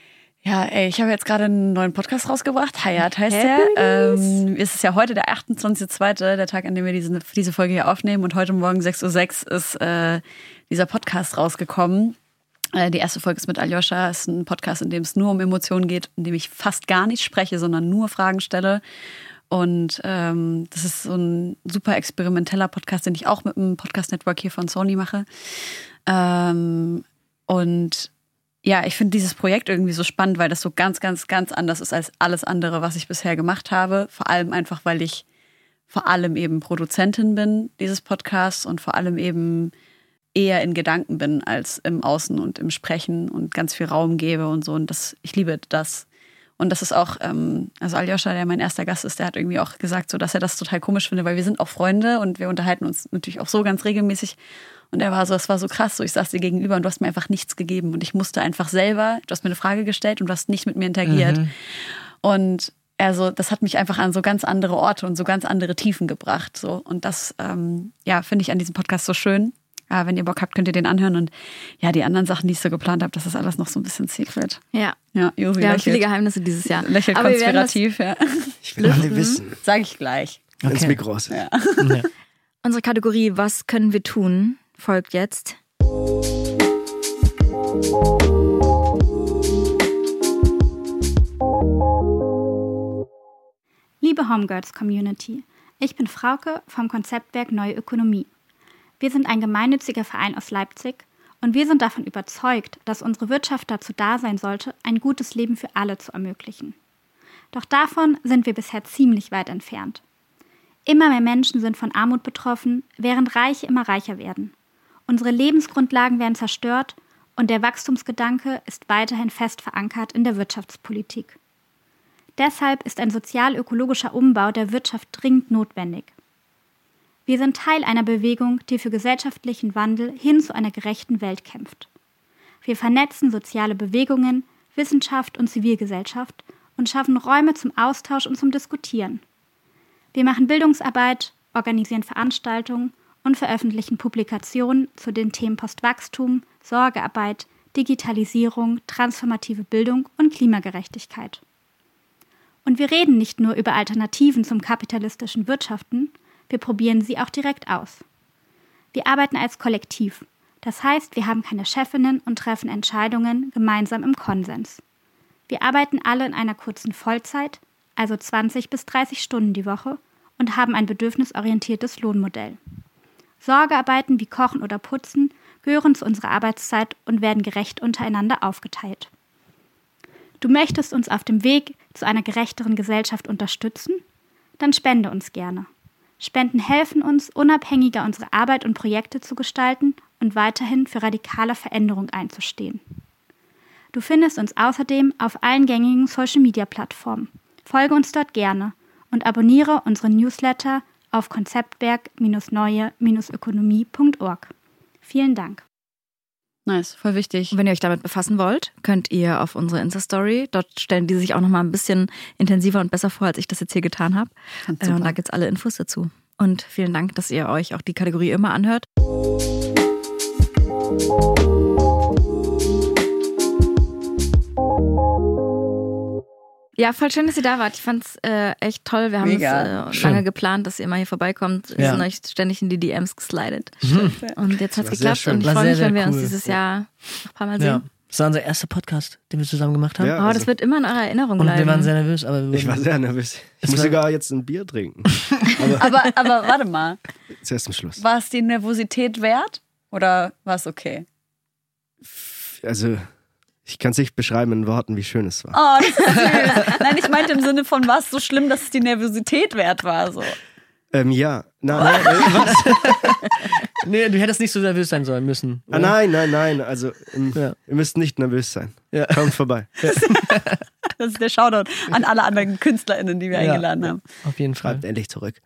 Ja, ey, ich habe jetzt gerade einen neuen Podcast rausgebracht. Hayat heißt der. Ähm, es ist ja heute der achtundzwanzigster zweite, der Tag, an dem wir diese, diese Folge hier aufnehmen. Und heute Morgen sechs Uhr sechs ist äh, dieser Podcast rausgekommen. Äh, die erste Folge ist mit Aljoscha. Es ist ein Podcast, in dem es nur um Emotionen geht, in dem ich fast gar nicht spreche, sondern nur Fragen stelle. Und ähm, das ist so ein super experimenteller Podcast, den ich auch mit dem Podcast-Network hier von Sony mache. Ähm, und ja, ich finde dieses Projekt irgendwie so spannend, weil das so ganz, ganz, ganz anders ist als alles andere, was ich bisher gemacht habe. Vor allem einfach, weil ich vor allem eben Produzentin bin dieses Podcasts und vor allem eben eher in Gedanken bin als im Außen und im Sprechen und ganz viel Raum gebe und so. Und das, ich liebe das. Und das ist auch, ähm, also Aljoscha, der mein erster Gast ist, der hat irgendwie auch gesagt, so, dass er das total komisch findet, weil wir sind auch Freunde und wir unterhalten uns natürlich auch so ganz regelmäßig. Und er war so, es war so krass, so ich saß dir gegenüber und du hast mir einfach nichts gegeben. Und ich musste einfach selber, du hast mir eine Frage gestellt und du hast nicht mit mir interagiert. Mhm. Und also das hat mich einfach an so ganz andere Orte und so ganz andere Tiefen gebracht. So. Und das, ähm, ja, finde ich an diesem Podcast so schön. Ja, wenn ihr Bock habt, könnt ihr den anhören. Und ja, die anderen Sachen, die ich so geplant habe, das ist alles noch so ein bisschen Secret. Ja. Ja, Josi Wir haben lächelt. viele Geheimnisse dieses Jahr. Lächelt Aber wir werden konspirativ, ja. Ich will alle wissen. Sag ich gleich. Wenn es Okay. Mikro ist. Ja. Ja. Unsere Kategorie Was können wir tun? Folgt jetzt. Liebe Homegirls Community, ich bin Frauke vom Konzeptwerk Neue Ökonomie. Wir sind ein gemeinnütziger Verein aus Leipzig und wir sind davon überzeugt, dass unsere Wirtschaft dazu da sein sollte, ein gutes Leben für alle zu ermöglichen. Doch davon sind wir bisher ziemlich weit entfernt. Immer mehr Menschen sind von Armut betroffen, während Reiche immer reicher werden. Unsere Lebensgrundlagen werden zerstört und der Wachstumsgedanke ist weiterhin fest verankert in der Wirtschaftspolitik. Deshalb ist ein sozial-ökologischer Umbau der Wirtschaft dringend notwendig. Wir sind Teil einer Bewegung, die für gesellschaftlichen Wandel hin zu einer gerechten Welt kämpft. Wir vernetzen soziale Bewegungen, Wissenschaft und Zivilgesellschaft und schaffen Räume zum Austausch und zum Diskutieren. Wir machen Bildungsarbeit, organisieren Veranstaltungen und veröffentlichen Publikationen zu den Themen Postwachstum, Sorgearbeit, Digitalisierung, transformative Bildung und Klimagerechtigkeit. Und wir reden nicht nur über Alternativen zum kapitalistischen Wirtschaften, wir probieren sie auch direkt aus. Wir arbeiten als Kollektiv, das heißt, wir haben keine Chefinnen und treffen Entscheidungen gemeinsam im Konsens. Wir arbeiten alle in einer kurzen Vollzeit, also zwanzig bis dreißig Stunden die Woche, und haben ein bedürfnisorientiertes Lohnmodell. Sorgearbeiten wie Kochen oder Putzen gehören zu unserer Arbeitszeit und werden gerecht untereinander aufgeteilt. Du möchtest uns auf dem Weg zu einer gerechteren Gesellschaft unterstützen? Dann spende uns gerne. Spenden helfen uns, unabhängiger unsere Arbeit und Projekte zu gestalten und weiterhin für radikale Veränderung einzustehen. Du findest uns außerdem auf allen gängigen Social-Media-Plattformen. Folge uns dort gerne und abonniere unseren Newsletter auf konzeptwerk neue ökonomie punkt org. Vielen Dank. Nice, voll wichtig. Und wenn ihr euch damit befassen wollt, könnt ihr auf unsere Insta-Story, dort stellen die sich auch nochmal ein bisschen intensiver und besser vor, als ich das jetzt hier getan habe. Äh, und da gibt's alle Infos dazu. Und vielen Dank, dass ihr euch auch die Kategorie immer anhört. Ja, voll schön, dass ihr da wart. Ich fand's äh, echt toll. Wir haben es äh, lange geplant, dass ihr mal hier vorbeikommt. Wir Ja. sind euch ständig in die D Ms geslidet. Mhm. Und jetzt hat's Das war sehr geklappt schön. und ich War freue sehr, mich, wenn sehr wir uns cool. dieses Jahr noch ein paar Mal Ja. sehen. Das war unser erster Podcast, den wir zusammen gemacht haben. Ja. Oh, das Also- wird immer in eurer Erinnerung Und bleiben. wir waren sehr nervös, aber wir Ich war sehr nervös. Ich Es muss war- sogar jetzt ein Bier trinken. Aber, aber warte mal, Zuerst zum Schluss. war es die Nervosität wert oder war es okay? Also, ich kann es nicht beschreiben in Worten, wie schön es war. Oh, das ist süß. Nein, ich meinte im Sinne von, war es so schlimm, dass es die Nervosität wert war? So. Ähm, ja. Nein, nein, äh, was? Nee, du hättest nicht so nervös sein sollen müssen. Ah, nein, nein, nein. Also, ähm, Ja. ihr müsst nicht nervös sein. Ja. Kommt vorbei. Das ist der Shoutout an alle anderen KünstlerInnen, die wir Ja. eingeladen haben. Auf jeden Fall. Schreibt endlich zurück.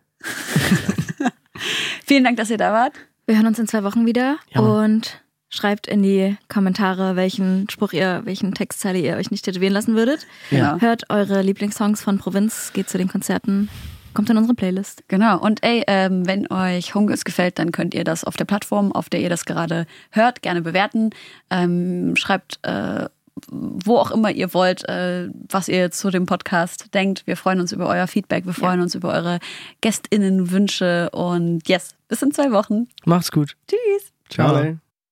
Vielen Dank, dass ihr da wart. Wir hören uns in zwei Wochen wieder Ja, Mann. und schreibt in die Kommentare, welchen Spruch ihr, welchen Textzeile ihr euch nicht tätowieren lassen würdet. Ja. Hört eure Lieblingssongs von Provinz, geht zu den Konzerten, kommt in unsere Playlist. Genau. Und ey, ähm, wenn euch Homegirls gefällt, dann könnt ihr das auf der Plattform, auf der ihr das gerade hört, gerne bewerten. Ähm, schreibt, äh, wo auch immer ihr wollt, äh, was ihr zu dem Podcast denkt. Wir freuen uns über euer Feedback, wir freuen ja. uns über eure GästInnenwünsche und yes, bis in zwei Wochen. Macht's gut. Tschüss. Ciao. Ciao.